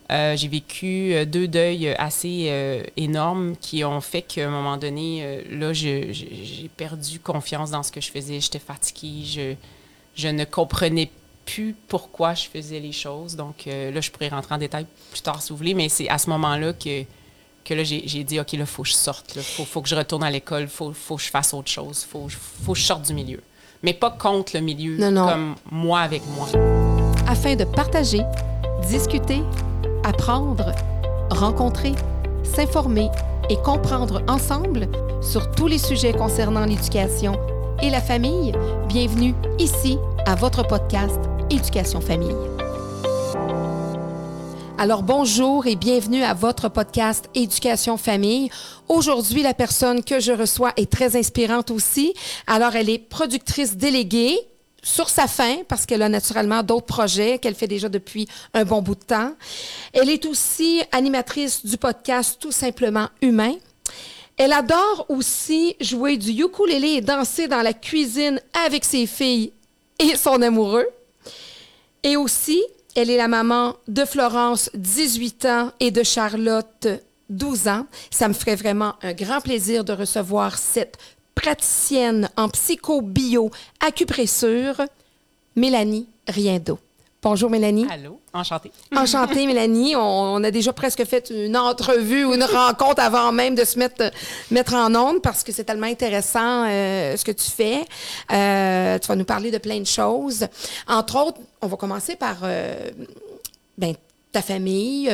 J'ai vécu 2 deuils assez énormes qui ont fait qu'à un moment donné, là, j'ai perdu confiance dans ce que je faisais. J'étais fatiguée. Je ne comprenais plus pourquoi je faisais les choses. Donc là, je pourrais rentrer en détail plus tard si vous voulez, mais c'est à ce moment-là que là, j'ai dit, OK, là, il faut que je sorte. Il faut que je retourne à l'école. Il faut que je fasse autre chose. Il faut que je sorte du milieu. Mais pas contre le milieu, comme moi avec moi. Afin de partager, discuter, apprendre, rencontrer, s'informer et comprendre ensemble sur tous les sujets concernant l'éducation et la famille, bienvenue ici à votre podcast Éducation Famille. Alors bonjour et bienvenue à votre podcast Éducation Famille. Aujourd'hui, la personne que je reçois est très inspirante aussi. Alors, elle est productrice déléguée sur sa fin, parce qu'elle a naturellement d'autres projets qu'elle fait déjà depuis un bon bout de temps. Elle est aussi animatrice du podcast Tout simplement humain. Elle adore aussi jouer du ukulélé et danser dans la cuisine avec ses filles et son amoureux. Et aussi, elle est la maman de Florence, 18 ans, et de Charlotte, 12 ans. Ça me ferait vraiment un grand plaisir de recevoir cette praticienne en psycho-bio acupressure, Mélanie Riendeau. Bonjour Mélanie. Allô, enchantée. Enchantée Mélanie. On a déjà presque fait une entrevue ou une rencontre avant même de se mettre en ondes parce que c'est tellement intéressant ce que tu fais. Tu vas nous parler de plein de choses. Entre autres, on va commencer par ta famille.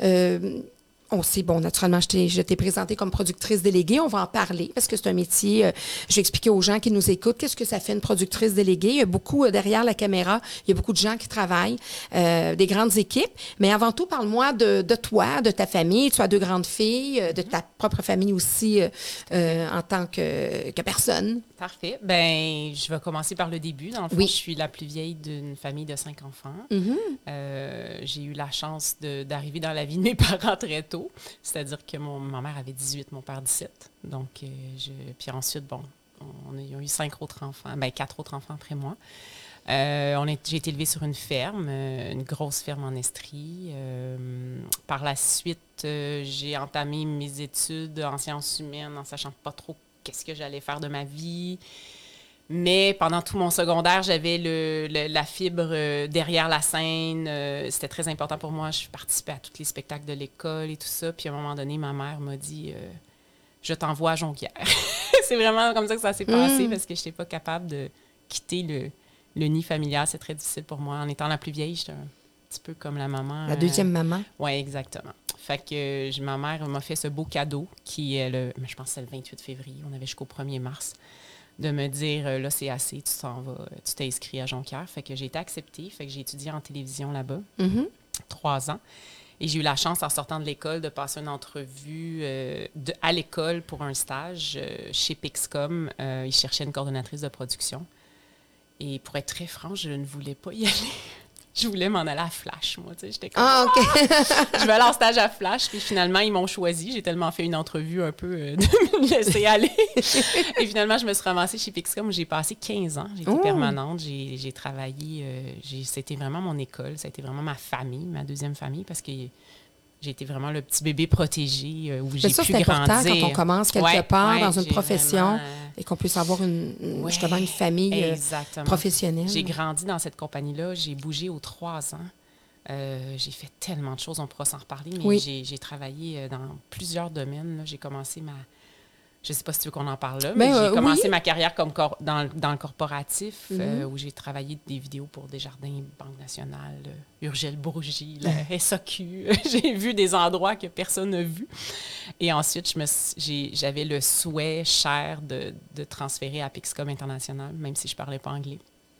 On sait, naturellement, je t'ai présentée comme productrice déléguée. On va en parler parce que c'est un métier. Je vais expliquer aux gens qui nous écoutent qu'est-ce que ça fait une productrice déléguée. Il y a beaucoup derrière la caméra, il y a beaucoup de gens qui travaillent, des grandes équipes. Mais avant tout, parle-moi de toi, de ta famille. Tu as 2 grandes filles, de ta propre famille aussi en tant que personne. Parfait. Bien, je vais commencer par le début. Dans le fond, je suis la plus vieille d'une famille de 5 enfants. Mm-hmm. J'ai eu la chance d'arriver dans la vie de mes parents très tôt. C'est-à-dire que ma mère avait 18, mon père 17. Donc, puis ensuite, ils ont eu 5 autres enfants, 4 autres enfants après moi. J'ai été élevée sur une ferme, une grosse ferme en Estrie. Par la suite, j'ai entamé mes études en sciences humaines en sachant pas trop qu'est-ce que j'allais faire de ma vie. Mais pendant tout mon secondaire, j'avais la fibre derrière la scène. C'était très important pour moi. Je participais à tous les spectacles de l'école et tout ça. Puis à un moment donné, ma mère m'a dit « Je t'envoie à Jonquière. » C'est vraiment comme ça que ça s'est passé parce que je n'étais pas capable de quitter le nid familial. C'est très difficile pour moi. En étant la plus vieille, j'étais un petit peu comme la maman. La deuxième maman. Oui, exactement. Fait que ma mère m'a fait ce beau cadeau qui est je pense que c'est le 28 février. On avait jusqu'au 1er mars. De me dire, là, c'est assez, tu t'en vas, tu t'es inscrit à Jonquière. Fait que j'ai été acceptée. Fait que j'ai étudié en télévision là-bas, 3 ans. Et j'ai eu la chance, en sortant de l'école, de passer une entrevue à l'école pour un stage chez Pixcom. Ils cherchaient une coordonnatrice de production. Et pour être très franche, je ne voulais pas y aller. Je voulais m'en aller à Flash, moi, tu sais, j'étais comme... OK. Je vais aller en stage à Flash, puis finalement, ils m'ont choisi. J'ai tellement fait une entrevue un peu de me laisser aller. Et finalement, je me suis ramassée chez Pixcom où j'ai passé 15 ans. J'ai été permanente, j'ai travaillé... c'était vraiment mon école, ça a été vraiment ma famille, ma deuxième famille, parce que j'ai été vraiment le petit bébé protégé où j'ai pu grandir. C'est important quand on commence quelque part dans une profession et qu'on puisse avoir justement une famille professionnelle. J'ai grandi dans cette compagnie-là. J'ai bougé aux 3 ans. J'ai fait tellement de choses, on pourra s'en reparler, mais j'ai travaillé dans plusieurs domaines. Là. J'ai commencé je ne sais pas si tu veux qu'on en parle là, mais j'ai commencé ma carrière comme dans le corporatif, où j'ai travaillé des vidéos pour Desjardins, Banque nationale, Urgel Bourgie, la SAQ. J'ai vu des endroits que personne n'a vus. Et ensuite, j'avais le souhait cher de transférer à Pixcom International, même si je ne parlais pas anglais.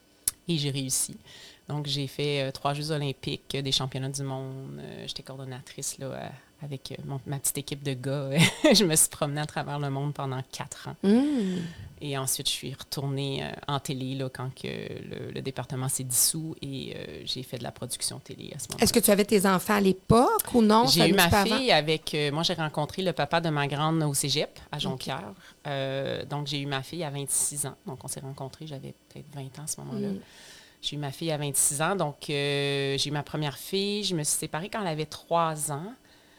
Et j'ai réussi. Donc, j'ai fait 3 Jeux olympiques, des championnats du monde. J'étais coordonnatrice là, avec ma petite équipe de gars. Je me suis promenée à travers le monde pendant 4 ans. Et ensuite, je suis retournée en télé là, quand le département s'est dissous et j'ai fait de la production télé à ce moment-là. Est-ce que tu avais tes enfants à l'époque ou non? J'ai eu ma fille avec... moi, j'ai rencontré le papa de ma grande au cégep, à Jonquière. Donc, j'ai eu ma fille à 26 ans. Donc, on s'est rencontrés, j'avais peut-être 20 ans à ce moment-là. J'ai eu ma fille à 26 ans, donc j'ai eu ma première fille. Je me suis séparée quand elle avait 3 ans.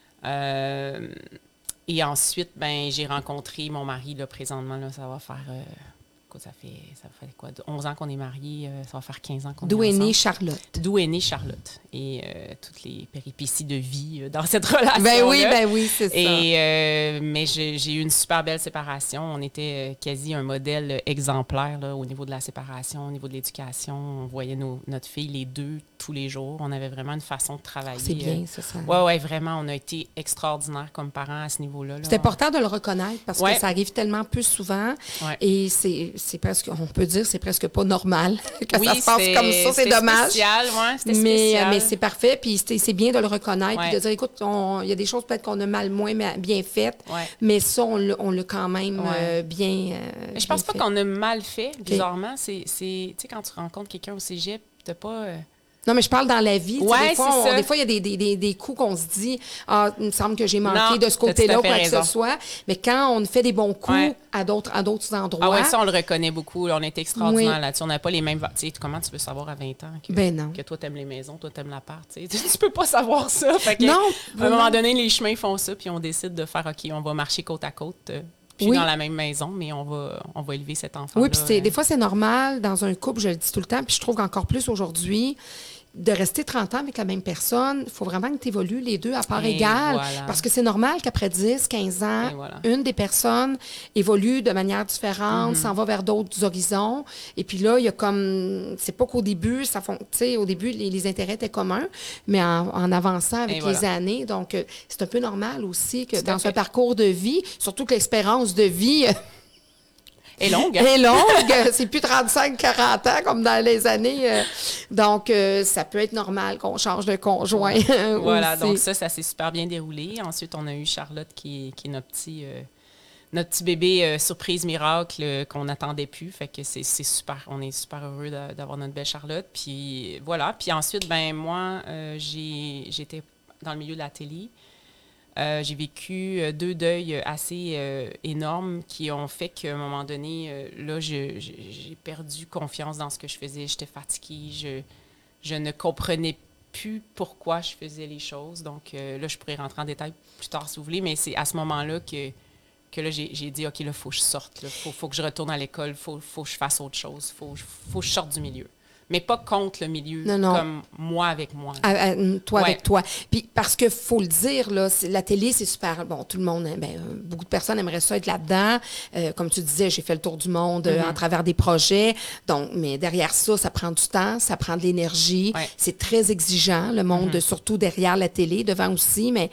Et ensuite, j'ai rencontré mon mari, là, présentement, là, ça va faire... ça fait quoi? 11 ans qu'on est mariés, ça va faire 15 ans qu'on est ensemble. D'où est née Charlotte. D'où est née Charlotte. Et toutes les péripéties de vie dans cette relation. Ben oui, c'est ça. Mais j'ai eu une super belle séparation. On était quasi un modèle exemplaire là, au niveau de la séparation, au niveau de l'éducation. On voyait notre fille, les deux, tous les jours. On avait vraiment une façon de travailler. C'est bien, ça. Oui, vraiment. On a été extraordinaires comme parents à ce niveau-là. C'est important de le reconnaître parce que ça arrive tellement plus souvent. Ouais. Et c'est presque, on peut dire, c'est presque pas normal que ça se passe comme ça. C'est dommage. Spécial, c'était spécial. Mais c'est parfait. Puis c'est bien de le reconnaître. Puis de dire, écoute, il y a des choses peut-être qu'on a moins bien faites. Ouais. Mais ça, on l'a quand même bien. Mais je pense pas qu'on a mal fait, bizarrement. Tu sais, quand tu rencontres quelqu'un au cégep, t'as pas. Non, mais je parle dans la vie. Ouais, des fois, il y a des coups qu'on se dit, il me semble que j'ai manqué de ce côté-là ou quoi que ce soit. Mais quand on fait des bons coups à d'autres endroits. Ah oui, ça, on le reconnaît beaucoup. On est extraordinaire là-dessus. On n'a pas les mêmes. Tu sais, comment tu veux savoir à 20 ans que toi, t'aimes les maisons, toi, t'aimes l'appart? Tu peux pas savoir ça. Fait que, non. À un moment donné, les chemins font ça, puis on décide de faire, OK, on va marcher côte à côte. Puis dans la même maison, mais on va élever cet enfant-là. Oui, puis des fois, c'est normal dans un couple, je le dis tout le temps, puis je trouve qu'encore plus aujourd'hui, de rester 30 ans avec la même personne, il faut vraiment que tu évolues les deux à part égale. Voilà. Parce que c'est normal qu'après 10, 15 ans, une des personnes évolue de manière différente, s'en va vers d'autres horizons. Et puis là, il y a comme... C'est pas qu'au début, tu sais, au début, les intérêts étaient communs, mais en avançant avec les années. Donc, c'est un peu normal aussi que dans ce parcours de vie, surtout que l'espérance de vie... est longue. Est longue. C'est plus 35-40 ans comme dans les années. Donc, ça peut être normal qu'on change de conjoint. Voilà, aussi. Donc ça s'est super bien déroulé. Ensuite, on a eu Charlotte qui est notre petit bébé surprise miracle qu'on n'attendait plus. Fait que c'est super. On est super heureux d'avoir notre belle Charlotte. Puis voilà. Puis ensuite, moi, j'étais dans le milieu de la télé. J'ai vécu 2 deuils assez énormes qui ont fait qu'à un moment donné, là, j'ai perdu confiance dans ce que je faisais. J'étais fatiguée. Je ne comprenais plus pourquoi je faisais les choses. Donc là, je pourrais rentrer en détail plus tard si vous voulez, mais c'est à ce moment-là que là, j'ai dit, OK, là, il faut que je sorte. Il faut que je retourne à l'école. Il faut que je fasse autre chose. Il faut que je sorte du milieu. Mais pas contre le milieu, comme moi avec moi. Toi avec toi. Puis parce que faut le dire, là, la télé, c'est super. Bon, tout le monde, beaucoup de personnes aimeraient ça être là-dedans. Comme tu disais, j'ai fait le tour du monde à travers des projets. Donc, mais derrière ça, ça prend du temps, ça prend de l'énergie. Ouais. C'est très exigeant, le monde, surtout derrière la télé, devant aussi. Mais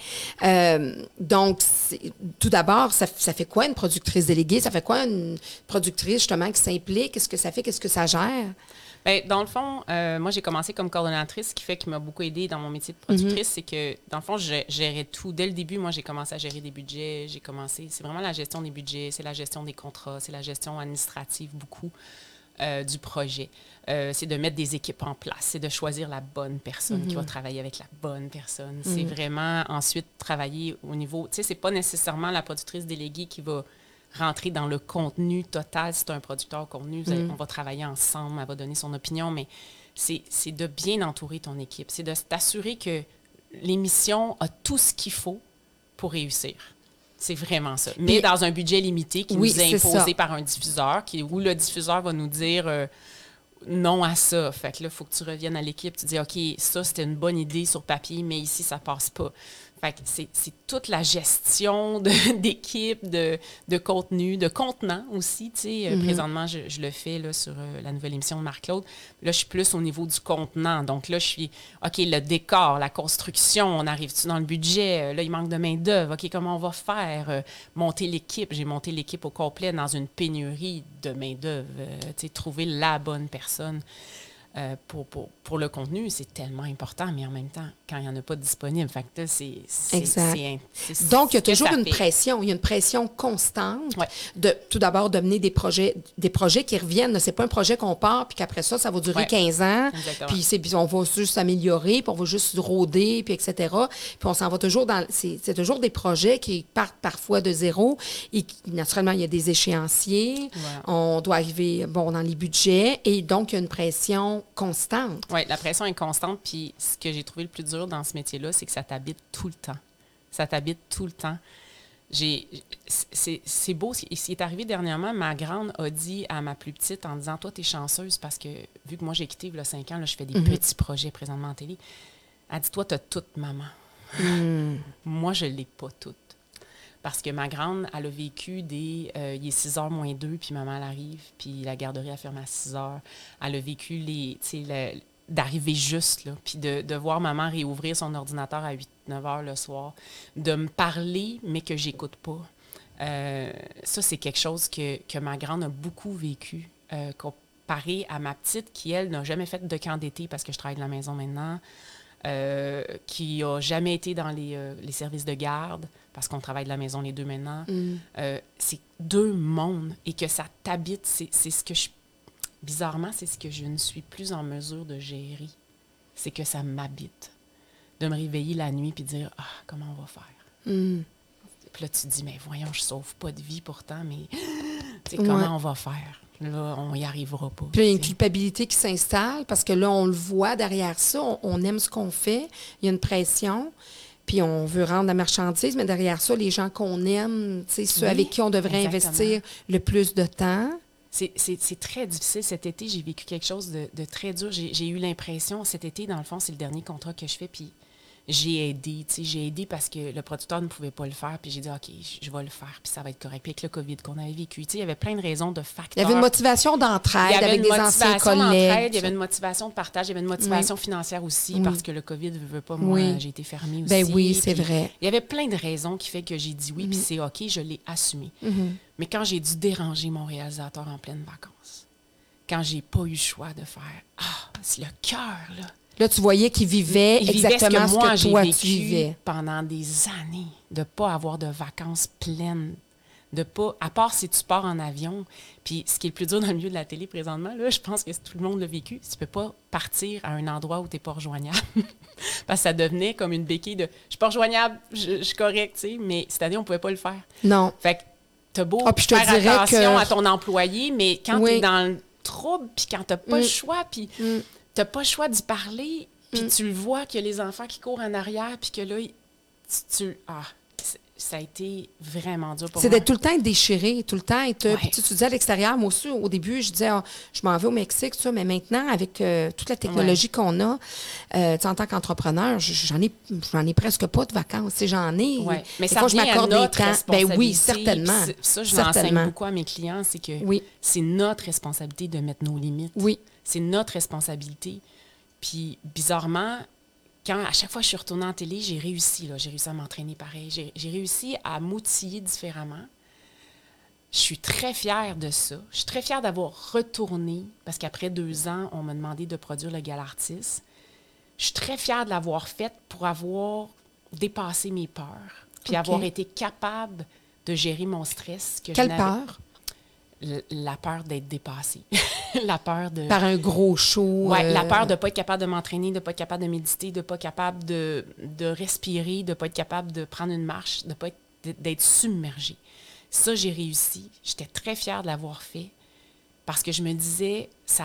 donc, tout d'abord, ça fait quoi une productrice déléguée? Ça fait quoi une productrice, justement, qui s'implique? Qu'est-ce que ça fait? Qu'est-ce que ça gère? Bien, dans le fond, moi, j'ai commencé comme coordonnatrice, ce qui m'a beaucoup aidée dans mon métier de productrice, c'est que, dans le fond, je gérais tout. Dès le début, moi, j'ai commencé à gérer des budgets. C'est vraiment la gestion des budgets, c'est la gestion des contrats, c'est la gestion administrative, beaucoup, du projet. C'est de mettre des équipes en place, c'est de choisir la bonne personne qui va travailler avec la bonne personne. C'est vraiment, ensuite, travailler au niveau... Tu sais, c'est pas nécessairement la productrice déléguée qui va rentrer dans le contenu total. Si tu es un producteur de contenu, on va travailler ensemble, elle va donner son opinion, mais c'est de bien entourer ton équipe. C'est de t'assurer que l'émission a tout ce qu'il faut pour réussir. C'est vraiment ça. Mais dans un budget limité qui nous est imposé par un diffuseur, où le diffuseur va nous dire non à ça. Fait que là, il faut que tu reviennes à l'équipe, tu dis, OK, ça, c'était une bonne idée sur papier, mais ici, ça passe pas. Fait que c'est toute la gestion d'équipe, de contenu, de contenant aussi. Tu sais, présentement, je le fais là, sur la nouvelle émission de Marc-Claude. Là, je suis plus au niveau du contenant. Donc là, je suis, OK, le décor, la construction, on arrive-tu dans le budget? Là, il manque de main-d'œuvre. OK, comment on va faire? Monter l'équipe. J'ai monté l'équipe au complet dans une pénurie de main-d'œuvre. Tu sais, trouver la bonne personne. Pour le contenu, c'est tellement important, mais en même temps, quand il n'y en a pas de disponible, fait que là, donc, il y a toujours une pression. Il y a une pression constante de, tout d'abord, de mener des projets qui reviennent. C'est pas un projet qu'on part, puis qu'après ça va durer 15 ans, puis on va juste s'améliorer, puis on va juste rôder, puis etc. Puis on s'en va toujours dans... C'est toujours des projets qui partent parfois de zéro, et naturellement, il y a des échéanciers. Voilà. On doit arriver, dans les budgets, et donc, il y a une pression pression constante. Oui, la pression est constante. Puis ce que j'ai trouvé le plus dur dans ce métier-là, c'est que ça t'habite tout le temps. Ça t'habite tout le temps. C'est beau. Ce qui est arrivé dernièrement, ma grande a dit à ma plus petite en disant « Toi, t'es chanceuse parce que, vu que moi, j'ai quitté il y a 5 ans, là, je fais des petits projets présentement en télé. Elle dit « Toi, t'as toute maman. Moi, je l'ai pas toute. Parce que ma grande, elle a vécu il est 6h moins 2, puis maman, elle arrive, puis la garderie, elle ferme à 6h. Elle a vécu d'arriver juste, là, puis de voir maman réouvrir son ordinateur à 8-9 heures le soir, de me parler, mais que j'écoute pas. Ça, c'est quelque chose que ma grande a beaucoup vécu, comparé à ma petite, qui, elle, n'a jamais fait de camp d'été parce que je travaille de la maison maintenant, qui n'a jamais été dans les services de garde, parce qu'on travaille de la maison les deux maintenant. C'est deux mondes, et que ça t'habite, c'est ce que bizarrement, c'est ce que je ne suis plus en mesure de gérer. C'est que ça m'habite. De me réveiller la nuit puis dire « Ah, comment on va faire? Puis là, tu te dis « Mais voyons, je sauve pas de vie pourtant, mais comment on va faire? » Là, on n'y arrivera pas. Puis il y a une culpabilité qui s'installe parce que là, on le voit derrière ça. On aime ce qu'on fait. Il y a une pression. Puis on veut rendre la marchandise, mais derrière ça, les gens qu'on aime, ceux avec qui on devrait investir le plus de temps. C'est très difficile. Cet été, j'ai vécu quelque chose de très dur. J'ai eu l'impression, cet été, dans le fond, c'est le dernier contrat que je fais, puis j'ai aidé. J'ai aidé parce que le producteur ne pouvait pas le faire, puis j'ai dit, OK, je vais le faire, puis ça va être correct. Puis avec le COVID qu'on avait vécu, il y avait plein de raisons, de facteurs. Il y avait une motivation d'entraide avec des anciens collègues. Il y avait une motivation de partage, il y avait une motivation financière aussi, parce que le COVID ne veut pas. Moi, j'ai été fermée aussi. Ben oui, c'est vrai. Il y avait plein de raisons qui fait que j'ai dit oui, puis c'est OK, je l'ai assumé. Mais quand j'ai dû déranger mon réalisateur en pleine vacances, quand j'ai pas eu le choix de faire « Ah, c'est le cœur, là! » Là, tu voyais qu'il vivait exactement ce que toi, tu vivais. Pendant des années, de ne pas avoir de vacances pleines, de pas, à part si tu pars en avion. Puis ce qui est le plus dur dans le milieu de la télé présentement, là, je pense que tout le monde l'a vécu, tu ne peux pas partir à un endroit où tu n'es pas rejoignable. Parce que ça devenait comme une béquille de « Je suis pas rejoignable, je suis correct, tu sais. » Mais cette année, on ne pouvait pas le faire. Non. Fait que tu as beau puis je te faire dirais attention à ton employé, mais quand tu es dans le trouble, puis quand tu n'as pas le choix, puis tu n'as pas le choix d'y parler, puis tu le vois qu'il y a les enfants qui courent en arrière, puis que là, ça a été vraiment dur pour moi. C'est d'être tout le temps déchiré, tout le temps être... Puis tu disais à l'extérieur, moi aussi, au début, je disais, je m'en vais au Mexique, tout ça, mais maintenant, avec toute la technologie qu'on a, en tant qu'entrepreneur, j'en ai presque pas de vacances. J'en ai. Mais ça revient à notre responsabilité. Ben oui, certainement. Ça, je l'enseigne beaucoup à mes clients, c'est que c'est notre responsabilité de mettre nos limites. Oui. C'est notre responsabilité. Puis, bizarrement, à chaque fois que je suis retournée en télé, j'ai réussi à m'entraîner pareil. J'ai réussi à m'outiller différemment. Je suis très fière de ça. Je suis très fière d'avoir retourné, parce qu'après 2 ans, on m'a demandé de produire le Gala Artiste. Je suis très fière de l'avoir faite pour avoir dépassé mes peurs, puis avoir été capable de gérer mon stress. Quelle peur? La peur d'être dépassée. La peur de... Par un gros show. Oui, la peur de ne pas être capable de m'entraîner, de ne pas être capable de méditer, de ne pas être capable de respirer, de ne pas être capable de prendre une marche, de pas d'être submergée. Ça, j'ai réussi. J'étais très fière de l'avoir fait parce que je me disais,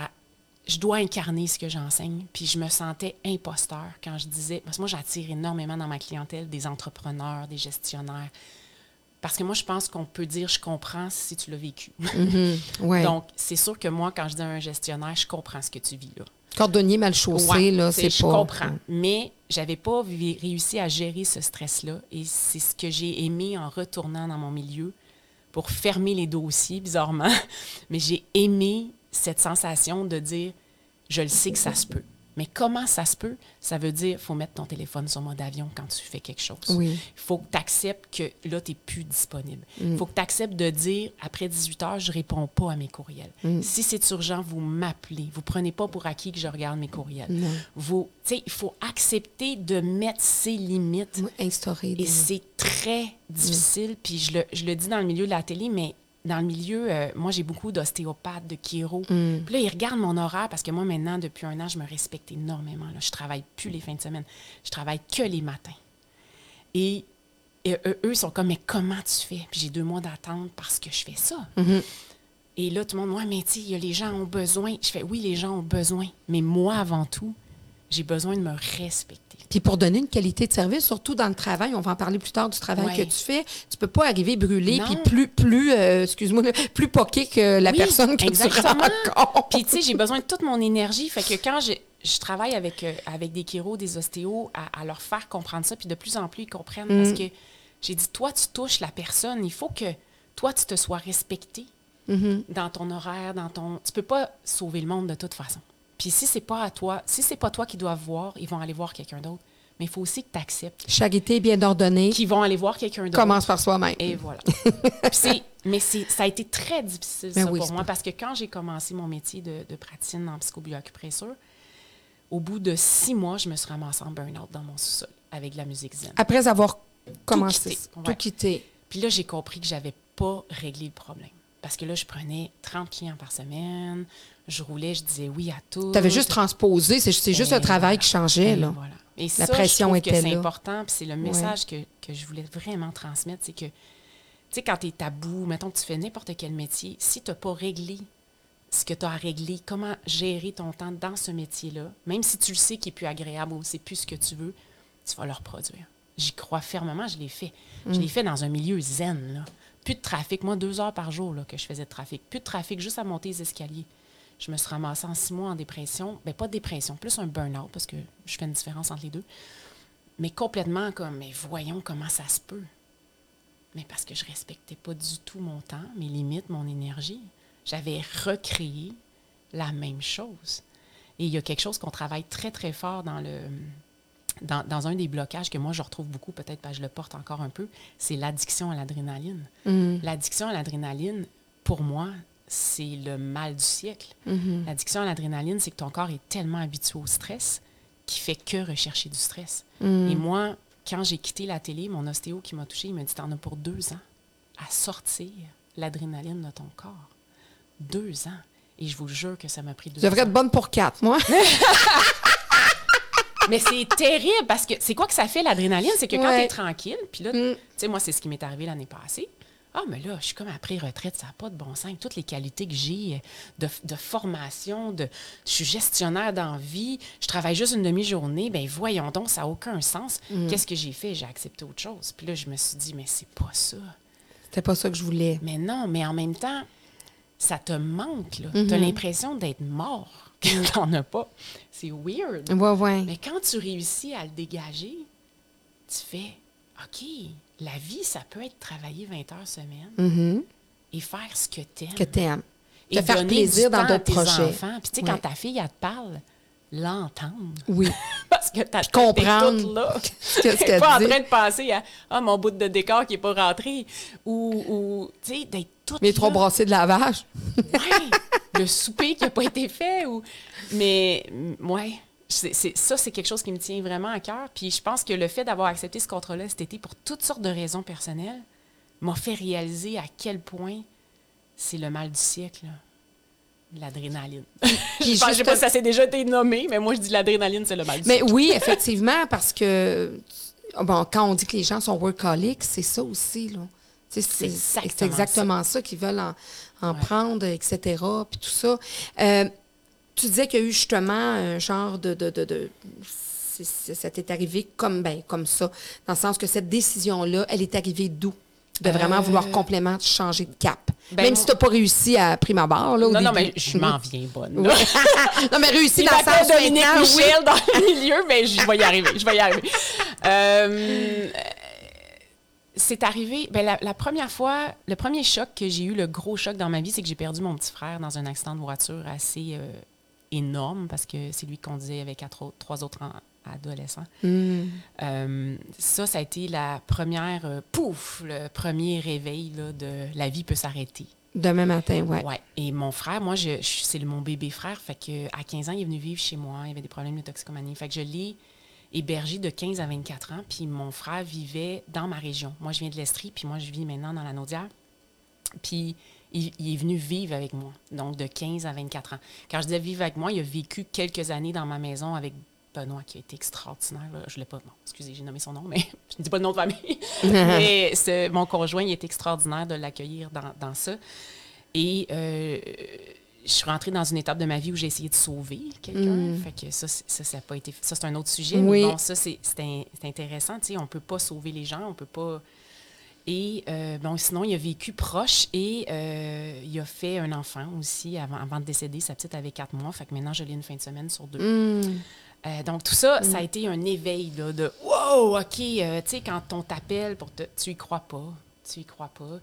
je dois incarner ce que j'enseigne. Puis je me sentais imposteur quand je disais... Parce que moi, j'attire énormément dans ma clientèle des entrepreneurs, des gestionnaires. Parce que moi, je pense qu'on peut dire « je comprends » si tu l'as vécu. Donc, c'est sûr que moi, quand je dis à un gestionnaire, je comprends ce que tu vis là. Cordonnier mal chaussé, là, c'est pas... Je comprends. Mais j'avais pas réussi à gérer ce stress-là. Et c'est ce que j'ai aimé en retournant dans mon milieu pour fermer les dossiers, bizarrement. Mais j'ai aimé cette sensation de dire « je le sais que ça se peut ». Mais comment ça se peut? Ça veut dire qu'il faut mettre ton téléphone sur mode avion quand tu fais quelque chose. Il faut que tu acceptes que là, tu n'es plus disponible. Il faut que tu acceptes de dire, après 18 heures, je ne réponds pas à mes courriels. Si c'est urgent, vous m'appelez. Vous ne prenez pas pour acquis que je regarde mes courriels. Il faut accepter de mettre ses limites. Instaurer. Et c'est très difficile. Puis je le dis dans le milieu de la télé, mais dans le milieu, moi, j'ai beaucoup d'ostéopathes, de chiro. Puis là, ils regardent mon horaire parce que moi, maintenant, depuis 1 an, je me respecte énormément. Là. Je ne travaille plus les fins de semaine. Je travaille que les matins. Et eux sont comme, mais comment tu fais? Puis j'ai 2 mois d'attente parce que je fais ça. Et là, tout le monde, ouais, mais tu sais, les gens ont besoin. Je fais, oui, les gens ont besoin. Mais moi, avant tout, j'ai besoin de me respecter. Puis pour donner une qualité de service, surtout dans le travail, on va en parler plus tard du travail que tu fais, tu peux pas arriver brûlé puis plus poqué que la personne que tu rencontres. Puis tu sais, j'ai besoin de toute mon énergie. Fait que quand je travaille avec des chiros, des ostéos, à leur faire comprendre ça, puis de plus en plus, ils comprennent. Parce que j'ai dit, toi, tu touches la personne. Il faut que toi, tu te sois respecté dans ton horaire, Tu peux pas sauver le monde de toute façon. Puis si c'est pas toi qui dois voir, ils vont aller voir quelqu'un d'autre. Mais il faut aussi que tu acceptes. Charité bien ordonnée. Qu'ils vont aller voir quelqu'un d'autre. Commence par soi-même. Et voilà. Ça a été très difficile pour moi parce que quand j'ai commencé mon métier de praticienne en psychobioacupressure, au bout de 6 mois, je me suis ramassée en burn-out dans mon sous-sol avec de la musique zen. Après avoir commencé. Tout quitté. Puis là, j'ai compris que j'avais pas réglé le problème. Parce que là, je prenais 30 clients par semaine, je roulais, je disais oui à tout. Tu avais juste transposé, c'est juste le travail qui changeait. Là. Voilà. Et la pression était là. C'est important, puis c'est le message que je voulais vraiment transmettre, c'est que, tu sais, quand tu es tabou, mettons que tu fais n'importe quel métier, si tu n'as pas réglé ce que tu as à régler, comment gérer ton temps dans ce métier-là, même si tu le sais qu'il n'est plus agréable ou c'est plus ce que tu veux, tu vas le reproduire. J'y crois fermement, je l'ai fait. Je l'ai fait dans un milieu zen, là. Plus de trafic. Moi, 2 heures par jour là, que je faisais de trafic. Plus de trafic, juste à monter les escaliers. Je me suis ramassée en 6 mois en dépression. Bien, pas de dépression, plus un burn-out, parce que je fais une différence entre les deux. Mais complètement comme, mais voyons comment ça se peut. Mais parce que je respectais pas du tout mon temps, mes limites, mon énergie. J'avais recréé la même chose. Et il y a quelque chose qu'on travaille très, très fort dans un des blocages que moi, je retrouve beaucoup, peut-être parce que je le porte encore un peu, c'est l'addiction à l'adrénaline. L'addiction à l'adrénaline, pour moi, c'est le mal du siècle. L'addiction à l'adrénaline, c'est que ton corps est tellement habitué au stress qu'il fait que rechercher du stress. Et moi, quand j'ai quitté la télé, mon ostéo qui m'a touchée, il m'a dit, t'en as pour 2 ans à sortir l'adrénaline de ton corps. 2 ans. Et je vous jure que ça m'a pris 2 ans. Je devrais être bonne pour 4, moi. Mais c'est terrible parce que c'est quoi que ça fait, l'adrénaline? C'est que quand tu es tranquille, puis là, tu sais, moi, c'est ce qui m'est arrivé l'année passée. Ah, mais là, je suis comme après retraite, ça n'a pas de bon sens. Toutes les qualités que j'ai de formation, je suis gestionnaire d'envie, je travaille juste une demi-journée, bien voyons donc, ça n'a aucun sens. Qu'est-ce que j'ai fait? J'ai accepté autre chose. Puis là, je me suis dit, mais c'est pas ça. C'était pas ça que je voulais. Mais non, mais en même temps, ça te manque, là. Tu as l'impression d'être mort. T'en as pas. C'est weird. Ouais. Mais quand tu réussis à le dégager, tu fais, OK, la vie, ça peut être travailler 20 heures semaine et faire ce que t'aimes. Que t'aimes. Et te faire plaisir dans d'autres projets. Puis tu sais, quand ta fille, elle te parle, l'entendre. Oui. Parce que ta tête comprendre est toute là. Qu'est-ce qu'elle pas en train de penser à mon bout de décor qui n'est pas rentré. Ou tu sais, d'être toute mais trop là. brassé de lavage. Oui. Le souper qui n'a pas été fait. Mais, ouais, ça, c'est quelque chose qui me tient vraiment à cœur. Puis je pense que le fait d'avoir accepté ce contrat-là cet été pour toutes sortes de raisons personnelles m'a fait réaliser à quel point c'est le mal du siècle, là. L'adrénaline. Je ne sais pas si ça s'est déjà été nommé, mais moi, je dis l'adrénaline, c'est le mal du siècle. Mais oui, effectivement, parce que quand on dit que les gens sont workaholics, c'est ça aussi, là. C'est exactement ça qu'ils veulent en prendre, etc., puis tout ça. Tu disais qu'il y a eu justement un genre ça t'est arrivé comme ça, dans le sens que cette décision-là, elle est arrivée d'où? De vraiment vouloir complètement changer de cap. Même si tu n'as pas réussi à prime abord, là, au début. Non, mais je m'en viens bonne. Non, mais réussi dans le sens Dominique Michel dans le milieu, mais je vais y arriver. C'est arrivé, la première fois, le premier choc que j'ai eu, le gros choc dans ma vie, c'est que j'ai perdu mon petit frère dans un accident de voiture assez énorme, parce que c'est lui qui conduisait avec 3 autres adolescents. Ça a été la première, le premier réveil là, de la vie peut s'arrêter. Demain matin, oui. Ouais. Et mon frère, moi, c'est mon bébé frère, fait que à 15 ans, il est venu vivre chez moi, il avait des problèmes de toxicomanie, fait que je l'ai hébergé de 15 à 24 ans, puis mon frère vivait dans ma région. Moi, je viens de l'Estrie, puis moi, je vis maintenant dans la Naudière. Puis il est venu vivre avec moi, donc de 15 à 24 ans. Quand je disais vivre avec moi, il a vécu quelques années dans ma maison avec Benoît, qui a été extraordinaire. Là. Je ne l'ai pas... Bon, excusez, j'ai nommé son nom, mais je ne dis pas le nom de famille. Mais mon conjoint, il est extraordinaire de l'accueillir dans ça. Et je suis rentrée dans une étape de ma vie où j'ai essayé de sauver quelqu'un. Fait que ça n'a pas été... Ça, c'est un autre sujet. Oui. Mais bon, ça, c'est intéressant. Tu sais, on ne peut pas sauver les gens, on peut pas... Et bon, sinon, il a vécu proche et il a fait un enfant aussi avant de décéder. Sa petite avait 4 mois. Fait que maintenant, je l'ai une fin de semaine sur 2. Donc, tout ça, ça a été un éveil là, de « Wow! OK! Tu sais, quand on t'appelle, tu y crois pas. Tu y crois pas.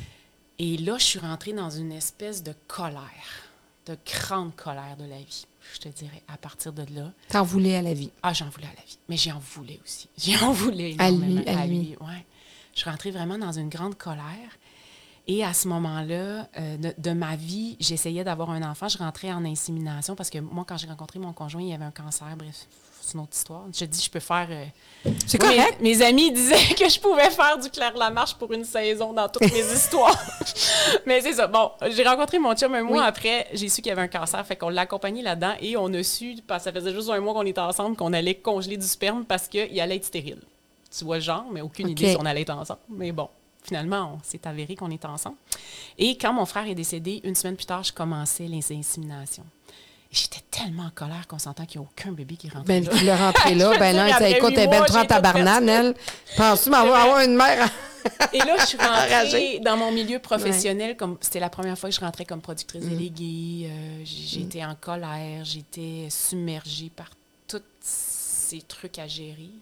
Et là, je suis rentrée dans une espèce de colère, de grande colère de la vie, je te dirais, à partir de là. T'en voulais à la vie? Ah, j'en voulais à la vie. Mais j'en voulais aussi. J'en voulais énormément. À lui. Ouais. Je suis rentrée vraiment dans une grande colère. Et à ce moment-là, de ma vie, j'essayais d'avoir un enfant. Je rentrais en insémination parce que moi, quand j'ai rencontré mon conjoint, il y avait un cancer. Bref, c'est une autre histoire. Je dis, je peux faire... c'est correct. Mes amis disaient que je pouvais faire du Claire Lamarche pour une saison dans toutes mes histoires. Mais c'est ça. Bon, j'ai rencontré mon chum un mois après. J'ai su qu'il y avait un cancer. Fait qu'on l'a accompagné là-dedans. Et on a su, parce que ça faisait juste un mois qu'on était ensemble, qu'on allait congeler du sperme parce qu'il allait être stérile. Tu vois le genre, mais aucune idée si on allait être ensemble. Mais bon. Finalement, on s'est avéré qu'on était ensemble. Et quand mon frère est décédé, une semaine plus tard, je commençais les inséminations. Et j'étais tellement en colère qu'on s'entend qu'il n'y a aucun bébé qui rentre là. Puis le rentrer là, ben là, ça écoute, elle est belle 30 tabarnane, elle. Penses-tu m'avoir une mère? Et là, je suis rentrée dans mon milieu professionnel. Comme c'était la première fois que je rentrais comme productrice déléguée. J'étais en colère, j'étais submergée par tous ces trucs à gérer.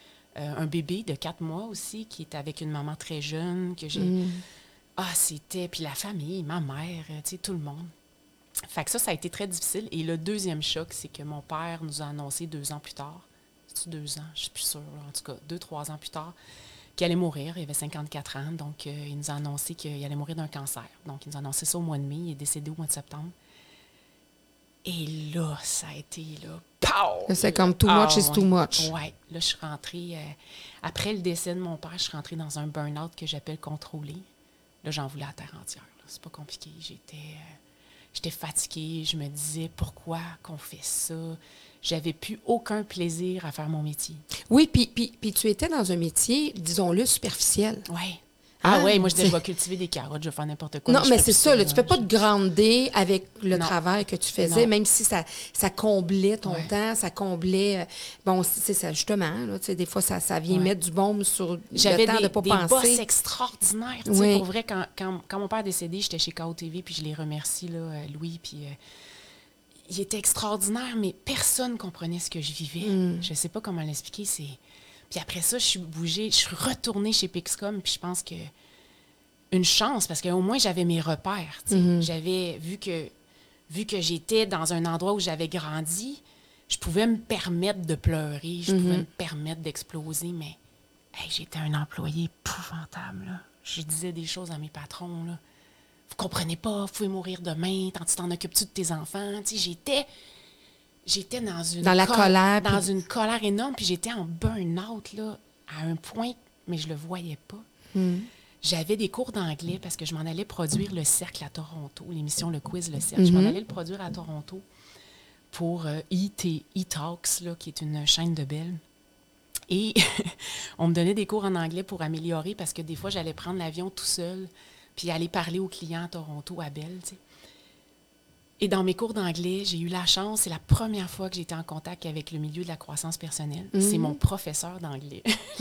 Un bébé de 4 mois aussi, qui est avec une maman très jeune, que j'ai... Ah, c'était... Puis la famille, ma mère, tu sais, tout le monde. Fait que ça a été très difficile. Et le deuxième choc, c'est que mon père nous a annoncé 2 ans plus tard, c'est-tu 2 ans? Je suis plus sûre, en tout cas, 2-3 ans plus tard, qu'il allait mourir. Il avait 54 ans, donc il nous a annoncé qu'il allait mourir d'un cancer. Donc, il nous a annoncé ça au mois de mai. Il est décédé au mois de septembre. Et là, ça a été, là, pow! C'est comme too much is too much. Oui. Là, je suis rentrée, après le décès de mon père, je suis rentrée dans un burn-out que j'appelle contrôlé. Là, j'en voulais à terre entière. Là. C'est pas compliqué. J'étais fatiguée. Je me disais, pourquoi qu'on fait ça? J'avais plus aucun plaisir à faire mon métier. Oui, puis tu étais dans un métier, disons-le, superficiel. Oui. Ah oui, moi, je disais, je vais cultiver des carottes, je vais faire n'importe quoi. Non, mais c'est ça, là, tu ne peux pas te grander avec le travail que tu faisais, même si ça comblait ton temps, ça comblait... bon, c'est ça, justement, là, des fois, ça vient mettre du baume sur le temps de ne pas penser. J'avais des boss extraordinaires. Pour vrai, quand mon père est décédé, j'étais chez KO TV, puis je les remercie, là, Louis, puis... il était extraordinaire, mais personne ne comprenait ce que je vivais. Je ne sais pas comment l'expliquer, Puis après ça, je suis retournée chez Pixcom, puis je pense que une chance, parce qu'au moins, j'avais mes repères. J'avais vu que j'étais dans un endroit où j'avais grandi, je pouvais me permettre de pleurer, je pouvais me permettre d'exploser, mais j'étais un employé épouvantable. Là. Je disais des choses à mes patrons. Là. Vous comprenez pas, vous pouvez mourir demain, tu t'en occupes-tu de tes enfants? J'étais dans une colère énorme, puis j'étais en burn-out, là, à un point, mais je le voyais pas. J'avais des cours d'anglais parce que je m'en allais produire le Cercle à Toronto, l'émission Le Quiz, le Cercle. Je m'en allais le produire à Toronto pour E-Talks, là, qui est une chaîne de Bell. Et on me donnait des cours en anglais pour améliorer parce que des fois, j'allais prendre l'avion tout seul puis aller parler aux clients à Toronto, à Bell, tu sais. Et dans mes cours d'anglais, j'ai eu la chance, c'est la première fois que j'étais en contact avec le milieu de la croissance personnelle. C'est mon professeur d'anglais.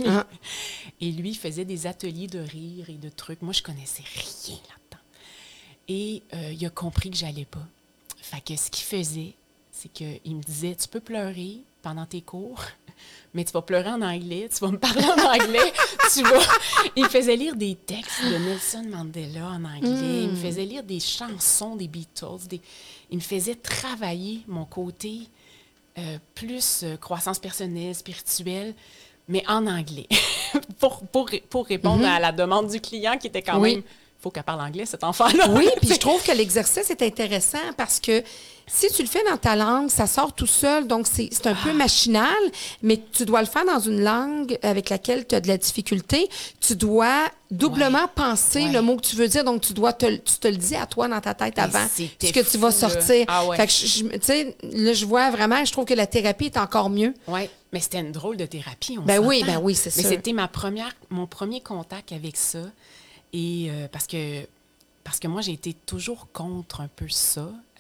Et lui, il faisait des ateliers de rire et de trucs. Moi, je connaissais rien là-dedans. Et il a compris que j'allais pas. Fait que ce qu'il faisait, c'est qu'il me disait, tu peux pleurer pendant tes cours, mais tu vas pleurer en anglais, tu vas me parler en anglais, Il me faisait lire des textes de Nelson Mandela en anglais, il me faisait lire des chansons des Beatles, il me faisait travailler mon côté plus croissance personnelle, spirituelle, mais en anglais, pour répondre à la demande du client qui était quand même... Il faut qu'elle parle anglais, cet enfant-là. Oui, puis je trouve que l'exercice est intéressant parce que si tu le fais dans ta langue, ça sort tout seul, donc c'est un peu machinal, mais tu dois le faire dans une langue avec laquelle tu as de la difficulté. Tu dois doublement penser le mot que tu veux dire, donc tu te le dis à toi dans ta tête avant ce que tu vas sortir. Fait que, tu sais, là, je vois vraiment, je trouve que la thérapie est encore mieux. Oui, mais c'était une drôle de thérapie, Ben oui, c'est ça. Mais c'était mon premier contact avec ça. Et parce que parce que moi, j'ai été toujours contre un peu ça. Tu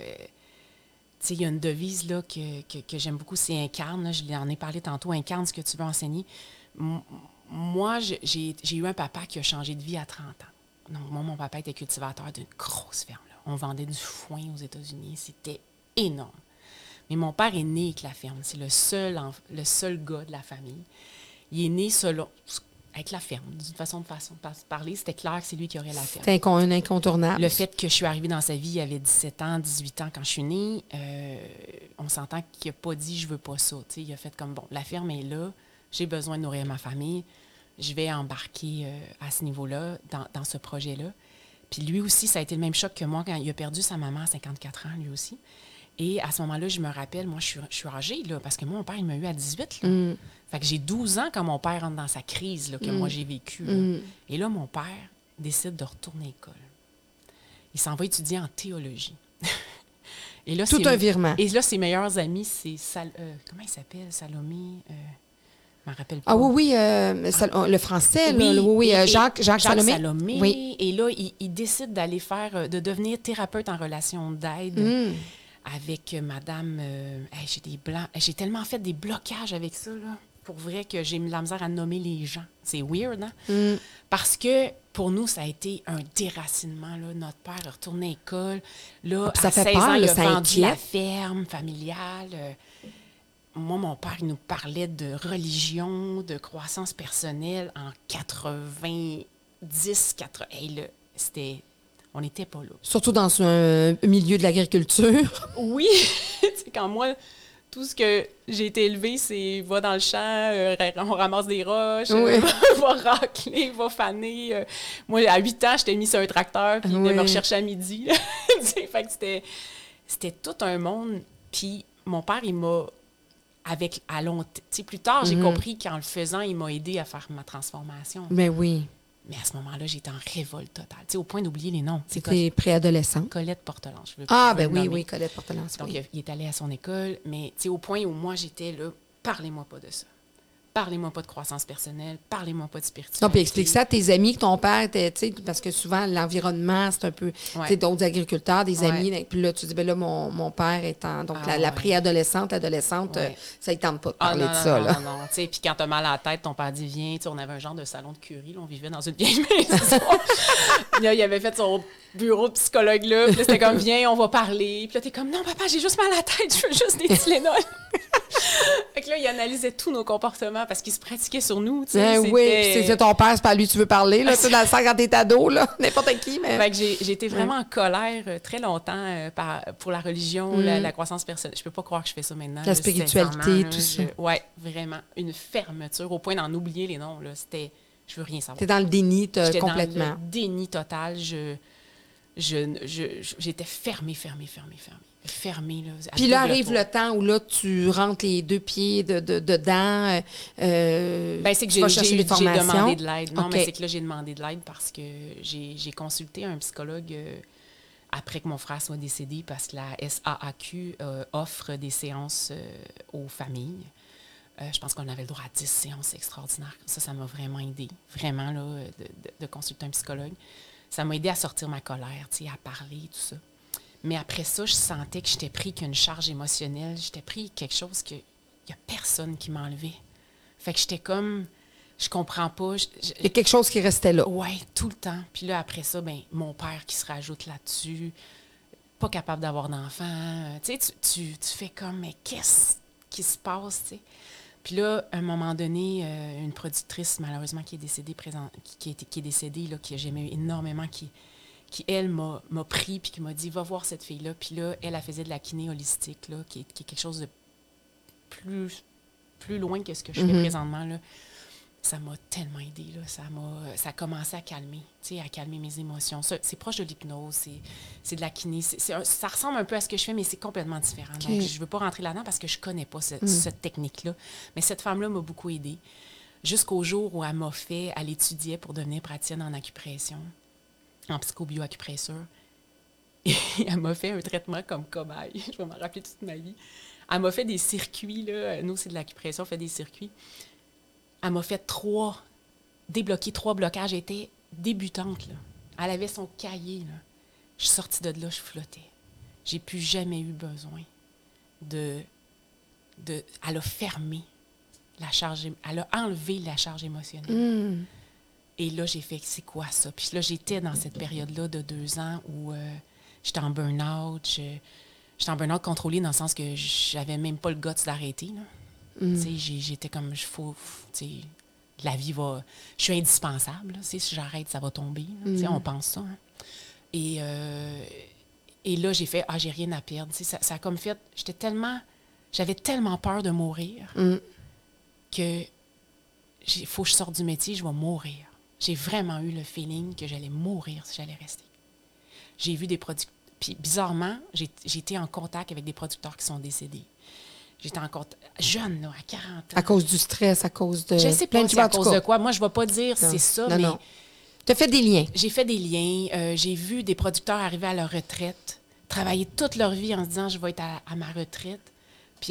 sais, il y a une devise là, que j'aime beaucoup, c'est « incarne ». Là, je l'en ai parlé tantôt, « incarne ce que tu veux enseigner ». Moi, j'ai eu un papa qui a changé de vie à 30 ans. Donc, moi, mon papa était cultivateur d'une grosse ferme. Là. On vendait du foin aux États-Unis. C'était énorme. Mais mon père est né avec la ferme. C'est le seul gars de la famille. Il est né avec la ferme. D'une façon de parler, c'était clair que c'est lui qui aurait la ferme. C'était un incontournable. Le fait que je suis arrivée dans sa vie, il avait 17 ans, 18 ans quand je suis née, on s'entend qu'il n'a pas dit « je veux pas ça ». T'sais, il a fait comme « bon, la ferme est là, j'ai besoin de nourrir ma famille, je vais embarquer à ce niveau-là, dans ce projet-là ». Puis lui aussi, ça a été le même choc que moi quand il a perdu sa maman à 54 ans, lui aussi. Et à ce moment-là, je me rappelle, moi, je suis âgée, là, parce que moi, mon père, il m'a eu à 18. Là. Fait que j'ai 12 ans quand mon père rentre dans sa crise là, que moi, j'ai vécue. Et là, mon père décide de retourner à l'école. Il s'en va étudier en théologie. Et là, tout un virement. Et là, ses meilleurs amis, c'est... comment il s'appelle? Salomé... je m'en rappelle pas. Ah oui, le français, oui, Jacques Salomé. Oui. Et là, il décide d'aller de devenir thérapeute en relation d'aide avec madame... j'ai tellement fait des blocages avec ça, là. Pour vrai que j'ai mis la misère à nommer les gens. C'est weird, hein? Parce que pour nous, ça a été un déracinement. Là. Notre père est retourné à l'école. Là, à 16 ans, il a vendu la ferme familiale. Moi, mon père, il nous parlait de religion, de croissance personnelle en 90, 80. Hey, là, on n'était pas là. Surtout dans un milieu de l'agriculture. Oui! C'est quand moi, tout ce que j'ai été élevée, c'est va dans le champ, on ramasse des roches, va racler, va faner. Moi, à 8 ans, j'étais mise sur un tracteur, puis il venait me rechercher à midi. Fait que c'était tout un monde. Puis mon père, il m'a... plus tard, j'ai compris qu'en le faisant, il m'a aidé à faire ma transformation. Mais oui. Mais à ce moment-là, j'étais en révolte totale. Au point d'oublier les noms. C'était préadolescente. Colette Portelance. Oui, Colette Portelance. Donc, il est allé à son école, mais au point où moi, j'étais là, parlez-moi pas de ça. Parlez-moi pas de croissance personnelle, parlez-moi pas de spiritualité. Non, puis explique ça à tes amis que ton père était, parce que souvent, l'environnement, c'est un peu, d'autres agriculteurs, des amis. Puis là, tu dis, là, mon père étant, donc la préadolescente, adolescente, ça ne tente pas de parler de ça, là. Non. Puis quand t'as mal à la tête, ton père dit, viens, on avait un genre de salon de curie, là, on vivait dans une vieille maison. Là, il avait fait son bureau de psychologue, là, puis là, c'était comme, viens, on va parler. Puis là, t'es comme, non, papa, j'ai juste mal à la tête, je veux juste des Tylenol. Fait que là, il analysait tous nos comportements parce qu'il se pratiquait sur nous. Oui, c'est ton père, c'est pas à lui que tu veux parler. Là, dans le sens quand t'es ado, là, n'importe qui. Mais... Fait que j'ai été vraiment en colère très longtemps pour la religion, la croissance personnelle. Je peux pas croire que je fais ça maintenant. La spiritualité, tout ça. Oui, vraiment. Une fermeture au point d'en oublier les noms. Là. Je veux rien savoir. T'es dans le déni complètement. J'étais dans le déni total. J'étais fermée. Là, puis là arrive le temps où là tu rentres les deux pieds dedans. C'est que j'ai demandé de l'aide. Non, mais c'est que là j'ai demandé de l'aide parce que j'ai consulté un psychologue après que mon frère soit décédé parce que la SAAQ offre des séances aux familles. Je pense qu'on avait le droit à 10 séances extraordinaires. Ça m'a vraiment aidé, vraiment là, de consulter un psychologue. Ça m'a aidé à sortir ma colère, à parler, tout ça. Mais après ça, je sentais que j'étais pris qu'une charge émotionnelle. J'étais pris quelque chose qu'il n'y a personne qui m'enlevait. Fait que j'étais comme, je comprends pas. Il y a quelque chose qui restait là. Oui, tout le temps. Puis là, après ça, mon père qui se rajoute là-dessus, pas capable d'avoir d'enfant. Tu fais comme, mais qu'est-ce qui se passe, tu sais? Puis là, à un moment donné, une productrice, malheureusement, qui est décédée, qui est décédée, là, que j'aimais énormément, qui elle, m'a pris puis qui m'a dit « Va voir cette fille-là ». Puis là, elle faisait de la kiné holistique, là, qui est quelque chose de plus loin que ce que je fais présentement. Là. Ça m'a tellement aidée. Là. Ça a commencé à calmer, à calmer mes émotions. C'est proche de l'hypnose, c'est de la kiné. Ça ressemble un peu à ce que je fais, mais c'est complètement différent. Okay. Donc, je ne veux pas rentrer là-dedans parce que je ne connais pas cette technique-là. Mais cette femme-là m'a beaucoup aidée. Jusqu'au jour où elle étudiait pour devenir praticienne en acupression, en psychobioacupressure. Et elle m'a fait un traitement comme cobaye. Je vais m'en rappeler toute ma vie. Elle m'a fait des circuits, là. Nous, c'est de l'acupression, on fait des circuits. Elle m'a fait débloquer 3 blocages. Elle était débutante, là. Elle avait son cahier, là. Je suis sortie de là, je flottais. J'ai plus jamais eu besoin de... Elle a fermé la charge... Elle a enlevé la charge émotionnelle. Et là, j'ai fait, c'est quoi ça? Puis là, j'étais dans cette période-là de 2 ans où j'étais en burn-out. J'étais en burn-out contrôlé dans le sens que j'avais même pas le guts d'arrêter, là. Tu sais, j'étais comme, tu sais, la vie va... Je suis indispensable, là. Tu sais, si j'arrête, ça va tomber. Tu sais, on pense ça. Hein. Et là, j'ai fait, j'ai rien à perdre. Tu sais, ça a comme fait... J'avais tellement peur de mourir que il faut que je sorte du métier, je vais mourir. J'ai vraiment eu le feeling que j'allais mourir si j'allais rester. J'ai vu des producteurs... Puis, bizarrement, j'ai été en contact avec des producteurs qui sont décédés. J'étais en contact... Jeune, là, à 40 ans. À cause du stress, à cause de... Je sais pas si à cause de quoi. Moi, je ne vais pas dire c'est ça, mais... Non. Tu as fait des liens. J'ai fait des liens. J'ai vu des producteurs arriver à leur retraite, travailler toute leur vie en se disant, je vais être à ma retraite. Puis,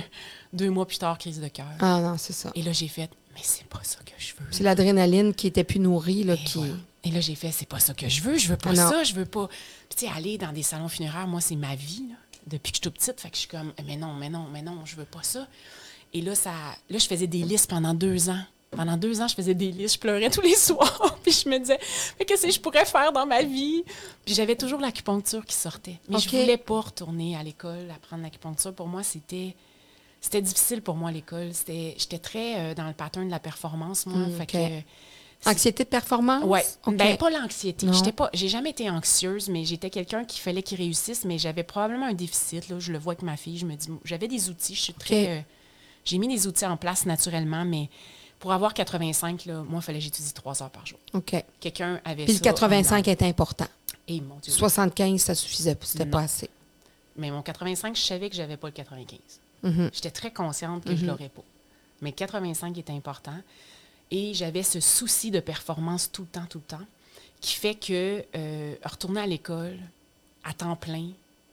2 mois plus tard, crise de cœur. Ah non, c'est ça. Et là, j'ai fait, mais c'est pas ça que je veux. C'est l'adrénaline qui était plus nourrie, là, qui... Voilà. Et là, j'ai fait, c'est pas ça que je veux pas ça, je veux pas... Puis, tu sais, aller dans des salons funéraires, moi, c'est ma vie, là, depuis que je suis toute petite. Fait que je suis comme, mais non, je veux pas ça. Et là, je faisais des listes pendant 2 ans. Pendant 2 ans, je faisais des listes, je pleurais tous les soirs. Puis je me disais, mais qu'est-ce que je pourrais faire dans ma vie? Puis j'avais toujours l'acupuncture qui sortait. Mais je voulais pas retourner à l'école, apprendre l'acupuncture. Pour moi, c'était difficile pour moi, l'école. J'étais très dans le pattern de la performance, moi. Fait que... Anxiété de performance? Oui. Ben, pas l'anxiété. J'ai jamais été anxieuse, mais j'étais quelqu'un qu'il fallait qu'il réussisse, mais j'avais probablement un déficit. Là, je le vois avec ma fille. Je me dis, j'avais des outils. Je suis très... j'ai mis des outils en place naturellement, mais pour avoir 85, là, moi, il fallait que j'étudie 3 heures par jour. OK. Quelqu'un avait Puis ça. le 85 était important. Et mon Dieu. 75, ça suffisait. C'était pas assez. Mais mon 85, je savais que j'avais pas le 95. J'étais très consciente que je l'aurais pas. Mais 85 était important. Et j'avais ce souci de performance tout le temps, qui fait que retourner à l'école à temps plein,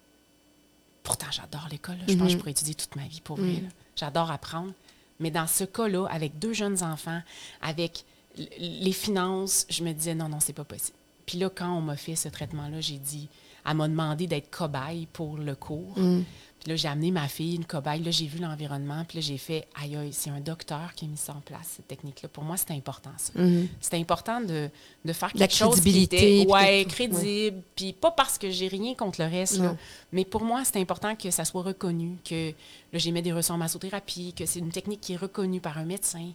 pourtant j'adore l'école, je pense que je pourrais étudier toute ma vie pour vrai. J'adore apprendre. Mais dans ce cas-là, avec 2 jeunes enfants, avec les finances, je me disais non, c'est pas possible. Puis là, quand on m'a fait ce traitement-là, j'ai dit, elle m'a demandé d'être cobaye pour le cours. Puis là, j'ai amené ma fille, une cobaye. Là, j'ai vu l'environnement. Puis là, j'ai fait, aïe, c'est un docteur qui a mis ça en place, cette technique-là. Pour moi, c'était important, ça. C'était important de faire quelque chose qui était crédible. Puis pas parce que j'ai rien contre le reste, là, mais pour moi, c'était important que ça soit reconnu, que là, j'ai mis des ressources en massothérapie, que c'est une technique qui est reconnue par un médecin.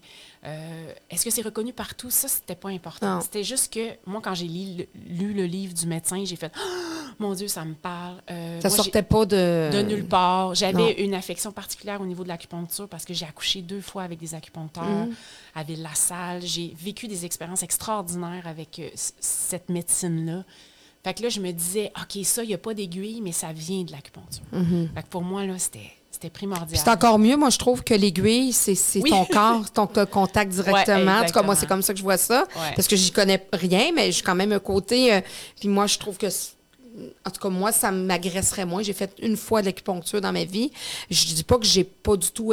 Est-ce que c'est reconnu partout? Ça, c'était pas important. Non. C'était juste que moi, quand j'ai lu le livre du médecin, j'ai fait, oh, mon Dieu, ça me parle. Ça moi, sortait pas de nulle part. J'avais une affection particulière au niveau de l'acupuncture parce que j'ai accouché 2 fois avec des acupuncteurs à Ville-la-Salle. J'ai vécu des expériences extraordinaires avec cette médecine-là. Fait que là, je me disais, OK, ça, il n'y a pas d'aiguille, mais ça vient de l'acupuncture. Fait que pour moi, là, c'était primordial. Puis c'est encore mieux. Moi, je trouve que l'aiguille, c'est ton corps, ton contact directement. En tout cas, moi, c'est comme ça que je vois ça. Ouais. Parce que j'y connais rien, mais j'ai quand même un côté... puis moi, je trouve que... En tout cas, moi, ça m'agresserait moins. J'ai fait 1 fois de l'acupuncture dans ma vie. Je dis pas que j'ai pas du tout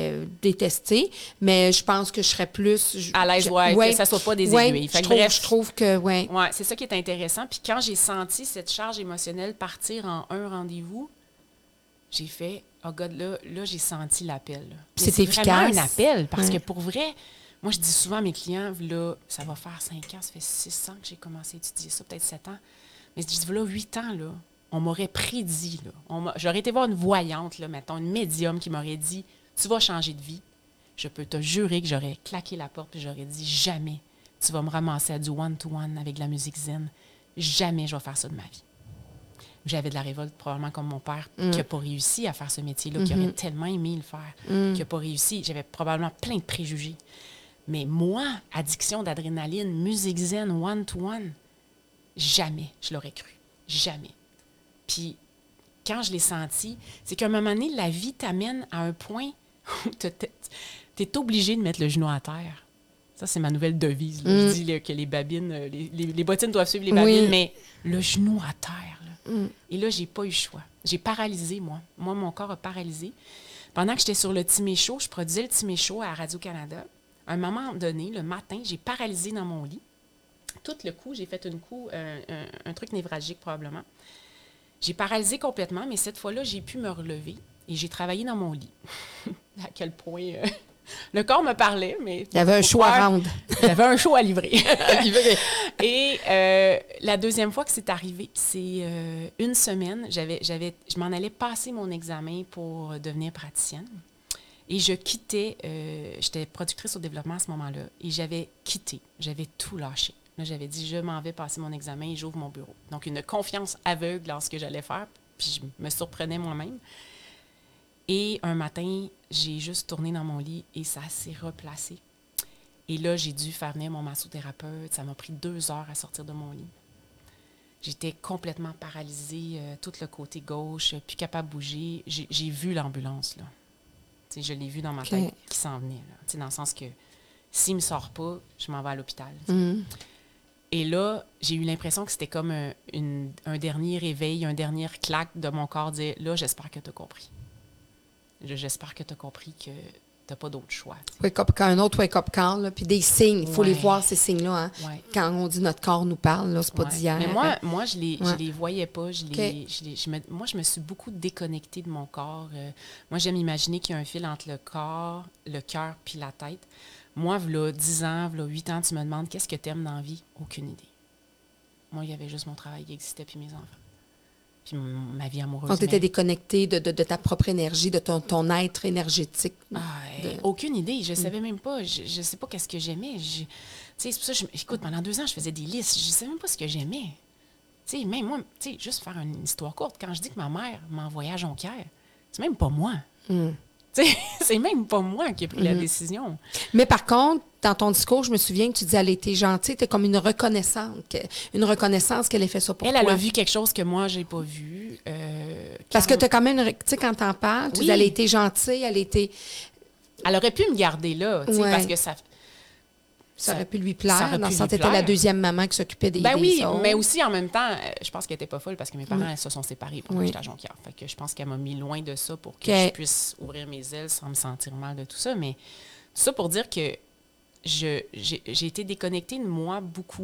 détesté, mais je pense que je serais plus... à l'aise, que ça soit pas des aiguilles. Fait je trouve que, ouais, c'est ça qui est intéressant. Puis quand j'ai senti cette charge émotionnelle partir en un rendez-vous, j'ai fait, oh God, là j'ai senti l'appel. C'est efficace. Vraiment un appel, parce que pour vrai, moi, je dis souvent à mes clients, là, ça va faire 5 ans, ça fait 6 ans que j'ai commencé à étudier ça, peut-être 7 ans. Mais je dis, là, 8 ans, là, on m'aurait prédit, là. J'aurais été voir une voyante, là, mettons, une médium qui m'aurait dit, tu vas changer de vie. Je peux te jurer que j'aurais claqué la porte et j'aurais dit, jamais tu vas me ramasser à du one-to-one avec de la musique zen. Jamais je vais faire ça de ma vie. J'avais de la révolte, probablement comme mon père, qui n'a pas réussi à faire ce métier-là, qui aurait tellement aimé le faire, qui n'a pas réussi. J'avais probablement plein de préjugés. Mais moi, addiction d'adrénaline, musique zen, one-to-one, jamais je l'aurais cru. Jamais. Puis, quand je l'ai senti, c'est qu'à un moment donné, la vie t'amène à un point où tu es obligé de mettre le genou à terre. Ça, c'est ma nouvelle devise. Je dis là, que les babines, les bottines doivent suivre les babines, mais le genou à terre. Là. Et là, j'ai pas eu le choix. J'ai paralysé, moi. Moi, mon corps a paralysé. Pendant que j'étais sur le Timé Show, je produisais le Timé Show à Radio-Canada. À un moment donné, le matin, j'ai paralysé dans mon lit. Tout le coup, j'ai fait un truc névralgique probablement. J'ai paralysé complètement, mais cette fois-là, j'ai pu me relever et j'ai travaillé dans mon lit. À quel point le corps me parlait, mais... Il y avait un show à rendre. Il y avait un show à livrer. Et la deuxième fois que c'est arrivé, c'est une semaine, je m'en allais passer mon examen pour devenir praticienne. Et je quittais, j'étais productrice au développement à ce moment-là, et j'avais tout lâché. Là, j'avais dit, je m'en vais passer mon examen et j'ouvre mon bureau. Donc, une confiance aveugle en ce que j'allais faire, puis je me surprenais moi-même. Et un matin, j'ai juste tourné dans mon lit et ça s'est replacé. Et là, j'ai dû faire venir mon massothérapeute. Ça m'a pris 2 heures à sortir de mon lit. J'étais complètement paralysée, tout le côté gauche, plus capable de bouger. J'ai vu l'ambulance, là. T'sais, je l'ai vu dans ma tête qui s'en venait, là. Dans le sens que s'il ne me sort pas, je m'en vais à l'hôpital. Et là, j'ai eu l'impression que c'était comme un dernier réveil, un dernier claque de mon corps, dire « Là, j'espère que tu as compris. J'espère que tu as compris que tu n'as pas d'autre choix. » Un autre wake-up call, là, puis des signes. Il faut les voir, ces signes-là. Hein? Ouais. Quand on dit notre corps nous parle, là, c'est pas d'hier. Mais moi je les voyais pas. Moi, je me suis beaucoup déconnectée de mon corps. Moi, j'aime imaginer qu'il y a un fil entre le corps, le cœur puis la tête. Moi, voilà 10 ans, voilà 8 ans, tu me demandes qu'est-ce que tu aimes dans la vie? Aucune idée. Moi, il y avait juste mon travail qui existait puis mes enfants. Puis ma vie amoureuse. Donc, tu étais déconnectée de ta propre énergie, de ton être énergétique. Aucune idée. Je ne savais même pas. Je ne sais pas qu'est-ce que j'aimais. C'est pour ça écoute, pendant 2 ans, je faisais des listes. Je ne savais même pas ce que j'aimais. Même moi, juste faire une histoire courte, quand je dis que ma mère m'envoyait à Jonquière, c'est même pas moi. C'est même pas moi qui ai pris la décision. Mais par contre, dans ton discours, je me souviens que tu disais qu'elle était gentille. Tu es comme une reconnaissance qu'elle ait fait ça pour toi. Elle a vu quelque chose que moi, j'ai pas vu. Parce que tu as quand même, tu sais, quand t'en parles, tu dis elle a été gentille, Elle aurait pu me garder là, parce que ça aurait pu lui plaire. Dans le sens, t'étais la deuxième maman qui s'occupait des oui, autres. mais aussi, en même temps, je pense qu'elle n'était pas folle parce que mes parents, elles se sont séparés pendant que j'étais à Jonquière. Fait que je pense qu'elle m'a mis loin de ça pour que je puisse ouvrir mes ailes sans me sentir mal de tout ça. Mais tout ça pour dire que j'ai été déconnectée de moi, beaucoup.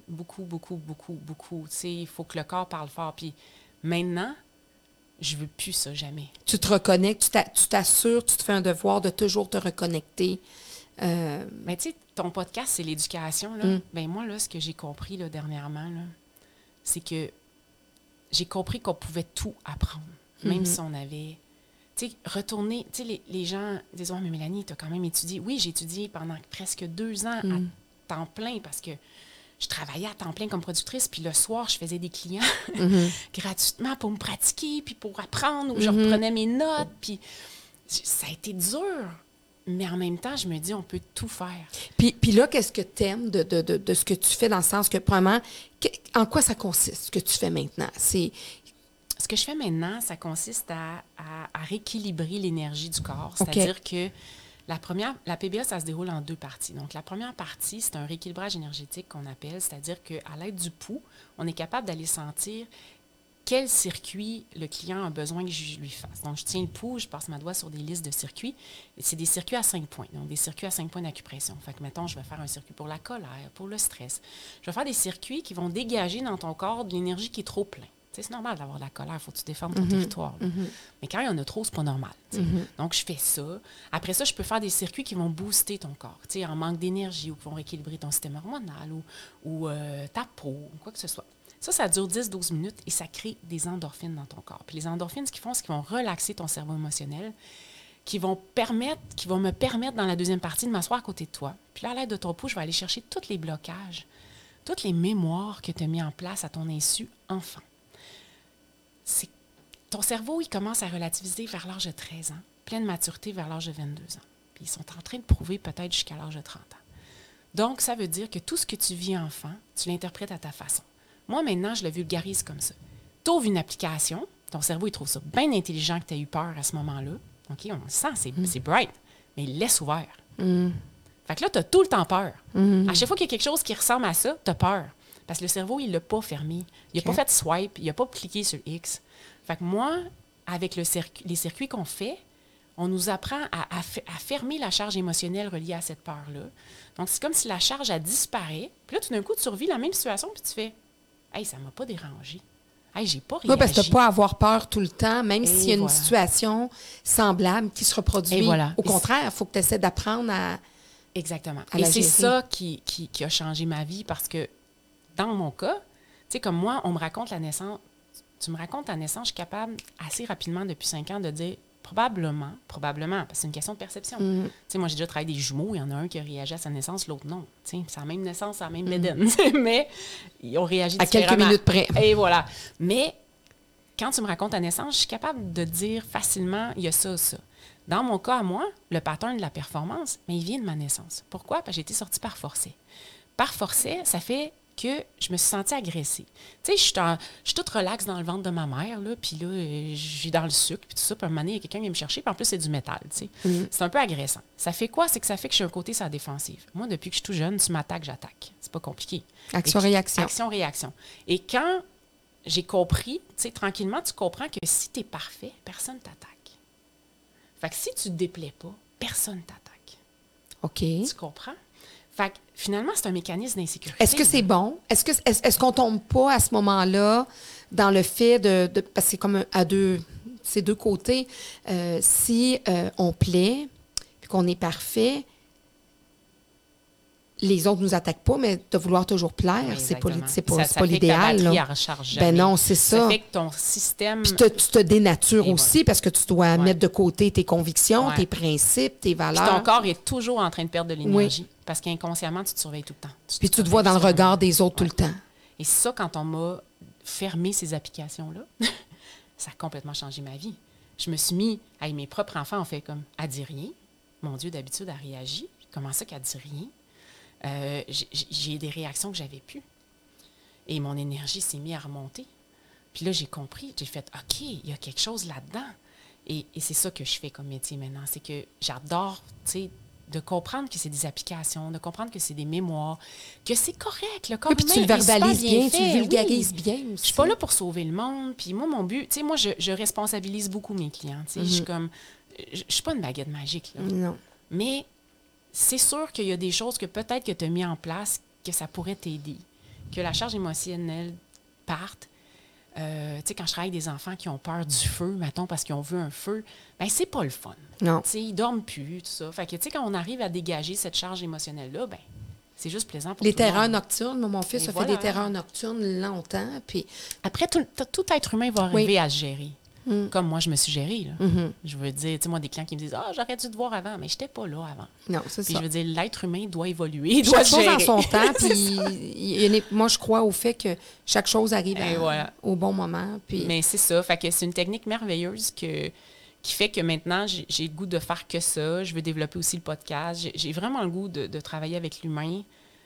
Tu sais, il faut que le corps parle fort. Puis maintenant, je veux plus ça, jamais. Tu te reconnectes, tu t'assures, tu te fais un devoir de toujours te reconnecter. Mais tu sais, ton podcast, c'est l'éducation. Là. Ben moi, là, ce que j'ai compris là, dernièrement, là, c'est que j'ai compris qu'on pouvait tout apprendre, même si on avait... Tu sais, retourner... Tu sais, les gens disent « Oh, mais Mélanie, tu as quand même étudié. » Oui, j'ai étudié pendant presque 2 ans à temps plein parce que je travaillais à temps plein comme productrice, puis le soir, je faisais des clients gratuitement pour me pratiquer, puis pour apprendre, ou je reprenais mes notes, puis ça a été dur. Mais en même temps, je me dis, on peut tout faire. Puis là, qu'est-ce que tu aimes de ce que tu fais dans le sens que, premièrement, en quoi ça consiste, ce que tu fais maintenant? Ce que je fais maintenant, ça consiste à rééquilibrer l'énergie du corps. C'est-à-dire que la PBA, ça se déroule en 2 parties. Donc, la première partie, c'est un rééquilibrage énergétique qu'on appelle, c'est-à-dire qu'à l'aide du pouls, on est capable d'aller sentir quel circuit le client a besoin que je lui fasse. Donc, je tiens le pouls, je passe ma doigt sur des listes de circuits. C'est des circuits à 5 points, donc des circuits à 5 points d'acupression. Fait que, mettons, je vais faire un circuit pour la colère, pour le stress. Je vais faire des circuits qui vont dégager dans ton corps de l'énergie qui est trop pleine. C'est normal d'avoir de la colère, il faut que tu défendes ton territoire. Mais quand il y en a trop, c'est pas normal. Donc, je fais ça. Après ça, je peux faire des circuits qui vont booster ton corps, en manque d'énergie, ou qui vont rééquilibrer ton système hormonal, ou ta peau, ou quoi que ce soit. Ça dure 10-12 minutes et ça crée des endorphines dans ton corps. Puis les endorphines, ce qu'ils font, c'est qu'ils vont relaxer ton cerveau émotionnel, qui vont me permettre, dans la deuxième partie, de m'asseoir à côté de toi. Puis là, à l'aide de ton pouls, je vais aller chercher tous les blocages, toutes les mémoires que tu as mis en place à ton insu enfant. Ton cerveau, il commence à relativiser vers l'âge de 13 ans, pleine maturité vers l'âge de 22 ans. Puis ils sont en train de prouver peut-être jusqu'à l'âge de 30 ans. Donc, ça veut dire que tout ce que tu vis enfant, tu l'interprètes à ta façon. Moi, maintenant, je le vulgarise comme ça. Tu ouvres une application, ton cerveau, il trouve ça bien intelligent que tu as eu peur à ce moment-là. OK, on le sent, c'est bright, mais il laisse ouvert. Fait que là, tu as tout le temps peur. À chaque fois qu'il y a quelque chose qui ressemble à ça, tu as peur. Parce que le cerveau, il ne l'a pas fermé. Il n'a pas fait swipe, il n'a pas cliqué sur X. Fait que moi, avec les circuits qu'on fait, on nous apprend à fermer la charge émotionnelle reliée à cette peur-là. Donc, c'est comme si la charge, elle disparaît. Puis là, tout d'un coup, tu revis la même situation, puis tu fais « Hey, ça ne m'a pas dérangé. Hey, j'ai pas réagi. » Oui, parce que tu n'as pas à avoir peur tout le temps, même Et s'il y a une situation semblable qui se reproduit. Et voilà. Au contraire, il faut que tu essaies d'apprendre à... Exactement. À Et la c'est gérer. ça qui a changé ma vie parce que, dans mon cas, tu sais, comme moi, on me raconte la naissance. Tu me racontes ta naissance, je suis capable assez rapidement, depuis 5 ans, de dire probablement, parce que c'est une question de perception. Tu sais, moi, j'ai déjà travaillé des jumeaux, il y en a un qui a réagi à sa naissance, l'autre non. Tu sais, c'est la même naissance, c'est la même bédaine, mais ils ont réagi À différemment. quelques minutes près. Et voilà. Mais quand tu me racontes ta naissance, je suis capable de dire facilement, il y a ça, ça. Dans mon cas, à moi, le pattern de la performance, mais il vient de ma naissance. Pourquoi? Parce que j'ai été sortie par forcé. Par forcé, ça fait que je me suis sentie agressée. Tu sais, je suis toute relaxe dans le ventre de ma mère, là, puis là, je suis dans le sucre, puis tout ça, puis un moment donné, il y a quelqu'un qui vient me chercher, puis en plus, c'est du métal, tu sais. C'est un peu agressant. Ça fait quoi? C'est que ça fait que je suis un côté sur la défensive. Moi, depuis que je suis tout jeune, tu m'attaques, j'attaque. C'est pas compliqué. Action-réaction. Action-réaction. Et quand j'ai compris, tu sais, tranquillement, tu comprends que si tu es parfait, personne t'attaque. Fait que si tu te déplais pas, personne t'attaque. OK. Tu comprends? Fait que finalement, c'est un mécanisme d'insécurité. Est-ce que c'est bon? Est-ce qu'on tombe pas à ce moment-là dans le fait de parce que c'est comme c'est deux côtés. Si on plaît, puis qu'on est parfait, les autres nous attaquent pas, mais de vouloir toujours plaire, Oui, c'est pas ça l'idéal. Fait que ta batterie, là. elle recharge jamais. Ben non, c'est ça. Ça fait que ton système... Puis tu te dénatures Et aussi parce que tu dois Ouais. mettre de côté tes convictions, Ouais. tes principes, tes Puis valeurs. ton corps est toujours en train de perdre de l'énergie. Parce qu'inconsciemment, tu te surveilles tout le temps. Puis tu te vois dans le regard des autres tout le temps. Et ça, quand on m'a fermé ces applications-là, ça a complètement changé ma vie. Je me suis mis, avec mes propres enfants, on fait comme, elle dit rien. Mon Dieu, d'habitude, elle réagit. Comment ça qu'elle dit rien? J'ai des réactions que j'avais plus. Et mon énergie s'est mise à remonter. Puis là, j'ai compris, j'ai fait, OK, il y a quelque chose là-dedans. Et c'est ça que je fais comme métier maintenant. C'est que j'adore, tu sais, de comprendre que c'est des applications, de comprendre que c'est des mémoires, que c'est correct. Le corps Oui, puis tu le humain est super verbalises bien, tu fait. le vulgarises Oui. bien aussi. Je suis pas là pour sauver le monde. Puis moi, mon but, tu sais, moi, je responsabilise beaucoup mes clients. Tu sais, je suis comme, je suis pas une baguette magique, là. Non. Mais c'est sûr qu'il y a des choses que peut-être que tu as mis en place que ça pourrait t'aider, que la charge émotionnelle parte. Tu sais, quand je travaille avec des enfants qui ont peur du feu, mettons, parce qu'ils ont vu un feu, bien, c'est pas le fun. Non. Tu sais, ils dorment plus, tout ça. Fait que, tu sais, quand on arrive à dégager cette charge émotionnelle-là, bien, c'est juste plaisant pour Les tout le terreurs monde. nocturnes, mon fils Et a voilà. fait des terreurs nocturnes longtemps, puis Après, tout être humain va arriver à se gérer. Comme moi, je me suis gérée. Là. Je veux dire, tu sais, moi, des clients qui me disent « Ah, j'aurais dû te voir avant », mais je n'étais pas là avant. non, c'est Puis ça. je veux dire, l'être humain doit évoluer, il doit Chaque se chose gérer. en son temps, puis moi, je crois au fait que chaque chose arrive Et voilà. au bon moment. Puis Mais c'est ça. Fait que c'est une technique merveilleuse qui fait que maintenant, j'ai le goût de faire que ça. Je veux développer aussi le podcast. J'ai vraiment le goût de travailler avec l'humain,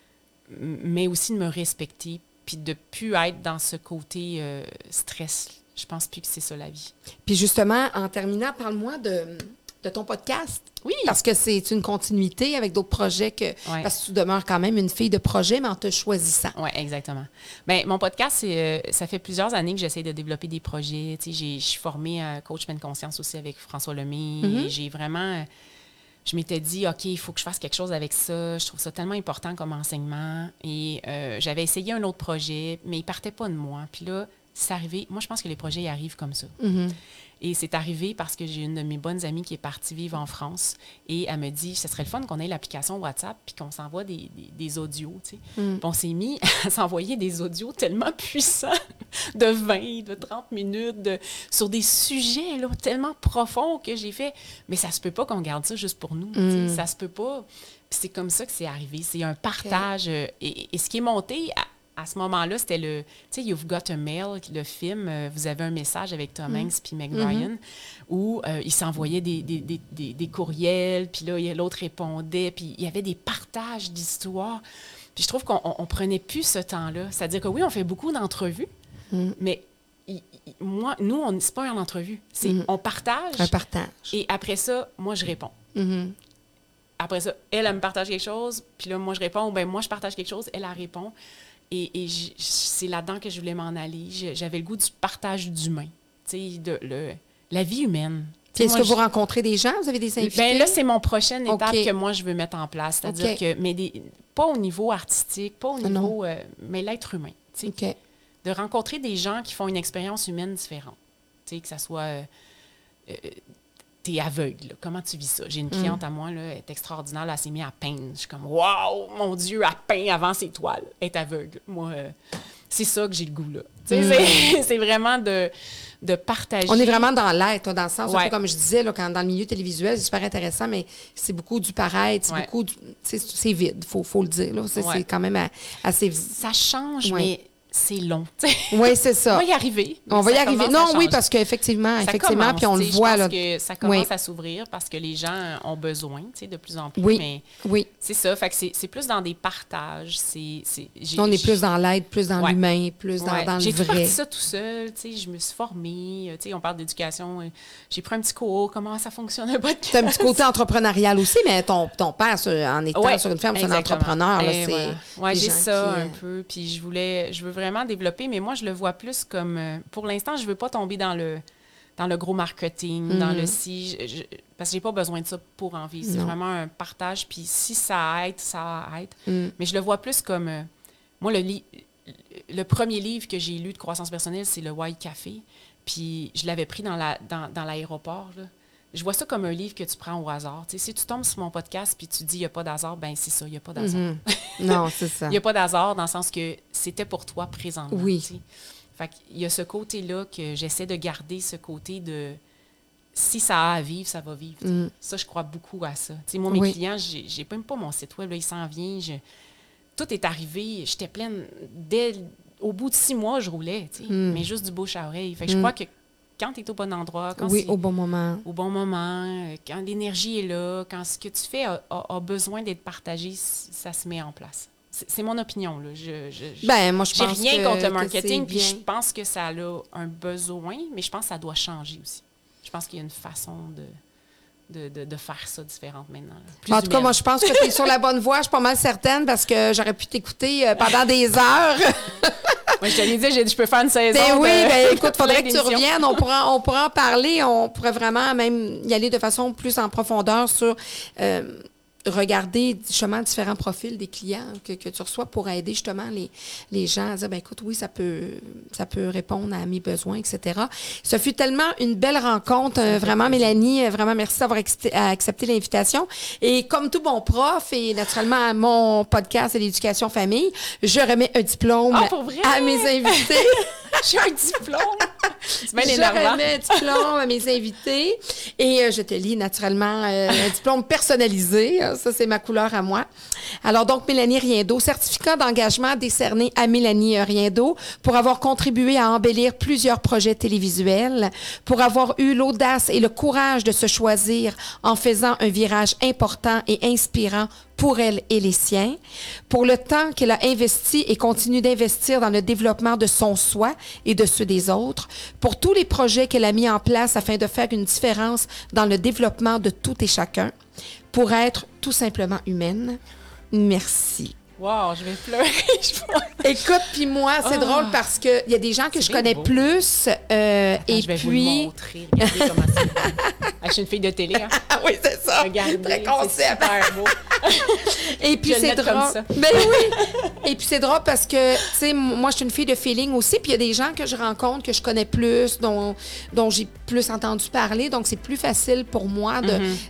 mais aussi de me respecter, puis de ne plus être dans ce côté stress. Je pense plus que c'est ça la vie. Puis justement, en terminant, parle-moi de ton podcast. Oui. Parce que c'est une continuité avec d'autres projets Ouais. parce que tu demeures quand même une fille de projet, mais en te choisissant. Oui, exactement. Bien, mon podcast, ça fait plusieurs années que j'essaie de développer des projets. Tu sais, je suis formée à coach pleine conscience aussi avec François Lemay. Et j'ai vraiment... Je m'étais dit, OK, il faut que je fasse quelque chose avec ça. Je trouve ça tellement important comme enseignement. Et j'avais essayé un autre projet, mais il ne partait pas de moi. Puis là, c'est arrivé. Moi, je pense que les projets y arrivent comme ça. Et c'est arrivé parce que j'ai une de mes bonnes amies qui est partie vivre en France et elle me dit, ce serait le fun qu'on ait l'application WhatsApp puis qu'on s'envoie des audios, tu sais. Puis on s'est mis à s'envoyer des audios tellement puissants de 20, de 30 minutes sur des sujets là, tellement profonds que j'ai fait, mais ça se peut pas qu'on garde ça juste pour nous, tu sais. Ça se peut pas. Puis c'est comme ça que c'est arrivé. C'est un partage. Et ce qui est monté... À ce moment-là, c'était tu sais, You've Got a Mail, le film, vous avez un message avec Tom Hanks puis Meg Ryan, où ils s'envoyaient des courriels, puis là, l'autre répondait, puis il y avait des partages d'histoires. Puis je trouve qu'on prenait plus ce temps-là. C'est-à-dire que oui, on fait beaucoup d'entrevues, mais nous, c'est pas une entrevue. C'est on partage. Un partage. Et après ça, moi, je réponds. Après ça, elle me partage quelque chose, puis là, moi, je réponds, ou bien moi, je partage quelque chose, elle répond. Et c'est là-dedans que je voulais m'en aller. J'avais le goût du partage d'humain, tu sais, la vie humaine. Puis est-ce que vous rencontrez des gens? Vous avez des invités? Bien là, c'est mon prochaine étape que moi, je veux mettre en place. C'est-à-dire que, mais pas au niveau artistique, pas au niveau, mais l'être humain. De rencontrer des gens qui font une expérience humaine différente. Tu sais, que ça soit... t'es aveugle. Là. Comment tu vis ça? J'ai une cliente à moi, là, elle est extraordinaire. Là, elle s'est mise à peindre. Je suis comme, waouh, mon Dieu, elle peint avant ses toiles. Elle est aveugle. Moi, c'est ça que j'ai le goût, là. C'est vraiment de partager. On est vraiment dans l'être, dans le sens, un peu comme je disais, là, dans le milieu télévisuel, c'est super intéressant, mais c'est beaucoup du paraître, c'est beaucoup c'est vide, faut le dire. Là. C'est quand même assez vide. Ça change, mais c'est long. Oui, c'est ça. On va y arriver. On va y arriver. Non, oui, parce qu'effectivement, puis on le voit. Je pense que ça commence à s'ouvrir parce que les gens ont besoin, de plus en plus. Oui, mais c'est ça. Fait que c'est plus dans des partages. On est plus dans l'aide, plus dans l'humain, plus dans le vrai. J'ai parti ça tout seul. Je me suis formée. On parle d'éducation. J'ai pris un petit cours. Comment ça fonctionne un podcast. Tu as un petit côté entrepreneurial aussi, mais ton père, en étant sur une ferme, c'est un entrepreneur. Oui, j'ai ça un peu. Puis je veux vraiment développer, mais moi, je le vois plus comme... pour l'instant, je ne veux pas tomber dans le gros marketing, dans le parce que je n'ai pas besoin de ça pour en vivre. C'est vraiment un partage, puis si ça aide, ça aide. Mais je le vois plus comme... moi, le premier livre que j'ai lu de croissance personnelle, c'est le Why Café, puis je l'avais pris dans l'aéroport, là. Je vois ça comme un livre que tu prends au hasard. Tu sais, si tu tombes sur mon podcast puis tu dis il n'y a pas d'hasard, ben c'est ça, il n'y a pas d'hasard. Non, c'est ça. Il n'y a pas d'hasard dans le sens que c'était pour toi présentement. Oui. Tu sais. Fait qu'il y a ce côté-là que j'essaie de garder, ce côté de si ça a à vivre, ça va vivre. Ça, je crois beaucoup à ça. Tu sais, moi, mes clients, j'ai même pas mon site web, là, il s'en vient. Tout est arrivé. J'étais pleine. Au bout de 6 mois, je roulais, tu sais, mais juste du bouche à oreille. Fait que je crois que quand tu es au bon endroit, au bon moment. Au bon moment, quand l'énergie est là, quand ce que tu fais a besoin d'être partagé, ça se met en place. C'est mon opinion, là. Moi, je pense j'ai rien contre le marketing, puis je pense que ça a un besoin, mais je pense que ça doit changer aussi. Je pense qu'il y a une façon de faire ça différente maintenant. En tout cas, moi, je pense que tu es sur la bonne voie. Je suis pas mal certaine parce que j'aurais pu t'écouter pendant des heures. Moi, je te l'ai dit, je peux faire une saison. Écoute, il faudrait que tu reviennes. On pourra en parler. On pourrait vraiment même y aller de façon plus en profondeur sur regarder justement différents profils des clients que tu reçois pour aider justement les gens à dire, écoute, oui, ça peut répondre à mes besoins, etc. Ce fut tellement une belle rencontre. Vraiment, Mélanie, vraiment merci d'avoir accepté l'invitation. Et comme tout bon prof, et naturellement à mon podcast de l'éducation famille, je remets un diplôme à mes invités. J'ai un diplôme! C'est bien énervant. Je remets un diplôme à mes invités et je te lis naturellement un diplôme personnalisé. Ça, c'est ma couleur à moi. Alors, donc, Mélanie Riendeau, certificat d'engagement décerné à Mélanie Riendeau pour avoir contribué à embellir plusieurs projets télévisuels, pour avoir eu l'audace et le courage de se choisir en faisant un virage important et inspirant pour elle et les siens, pour le temps qu'elle a investi et continue d'investir dans le développement de son soi et de ceux des autres, pour tous les projets qu'elle a mis en place afin de faire une différence dans le développement de tout et chacun, pour être tout simplement humaine. Merci. Wow, je vais pleurer. Écoute, puis moi, c'est drôle parce qu'il y a des gens que je connais plus. Attends, je vais vous le montrer. Regardez comment c'est. Je suis une fille de télé. Hein? Oui, c'est ça. Regardez, très concept. C'est super beau. Et puis c'est drôle. Ben oui. Et puis c'est drôle parce que, tu sais, moi, je suis une fille de feeling aussi. Puis il y a des gens que je rencontre, que je connais plus, dont j'ai plus entendu parler. Donc, c'est plus facile pour moi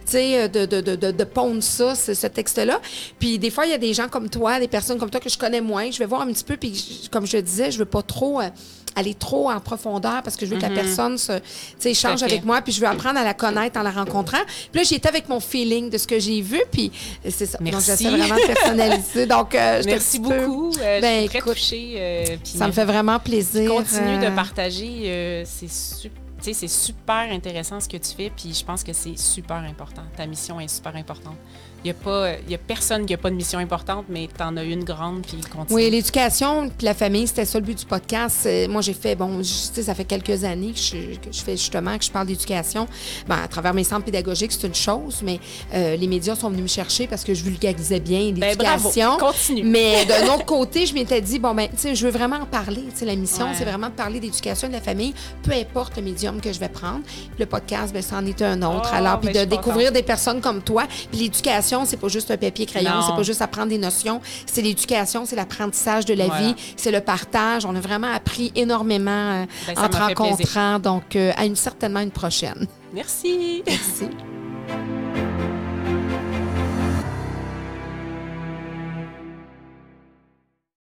de pondre ça, ce texte-là. Puis des fois, il y a des gens comme toi, des personnes comme toi que je connais moins. Je vais voir un petit peu, puis comme je disais, je veux pas trop aller trop en profondeur parce que je veux que la personne échange avec moi, puis je veux apprendre à la connaître en la rencontrant. Puis là, j'étais avec mon feeling de ce que j'ai vu, puis c'est ça. Merci. Donc, j'essaie vraiment de personnaliser. Donc, merci beaucoup. Je suis très touchée. Ça me fait vraiment plaisir. Continue de partager. C'est super intéressant ce que tu fais, puis je pense que c'est super important. Ta mission est super importante. Il y a personne qui n'a pas de mission importante, mais tu en as une grande, puis continue. Oui, l'éducation puis la famille, c'était ça le but du podcast. Moi, j'ai fait, ça fait quelques années que je fais justement, que je parle d'éducation. À travers mes centres pédagogiques, c'est une chose, mais les médias sont venus me chercher parce que je vulgarisais bien l'éducation. Bravo, continue. Mais d'un autre côté, je m'étais dit, je veux vraiment en parler. La mission, c'est vraiment de parler d'éducation et de la famille, peu importe le médium que je vais prendre. Puis le podcast, c'en est un autre. Alors, puis de découvrir des personnes comme toi. Puis l'éducation, c'est pas juste un papier-crayon, c'est pas juste apprendre des notions. C'est l'éducation, c'est l'apprentissage de la vie, c'est le partage. On a vraiment appris énormément en te rencontrant. Donc, certainement une prochaine. Merci. Merci.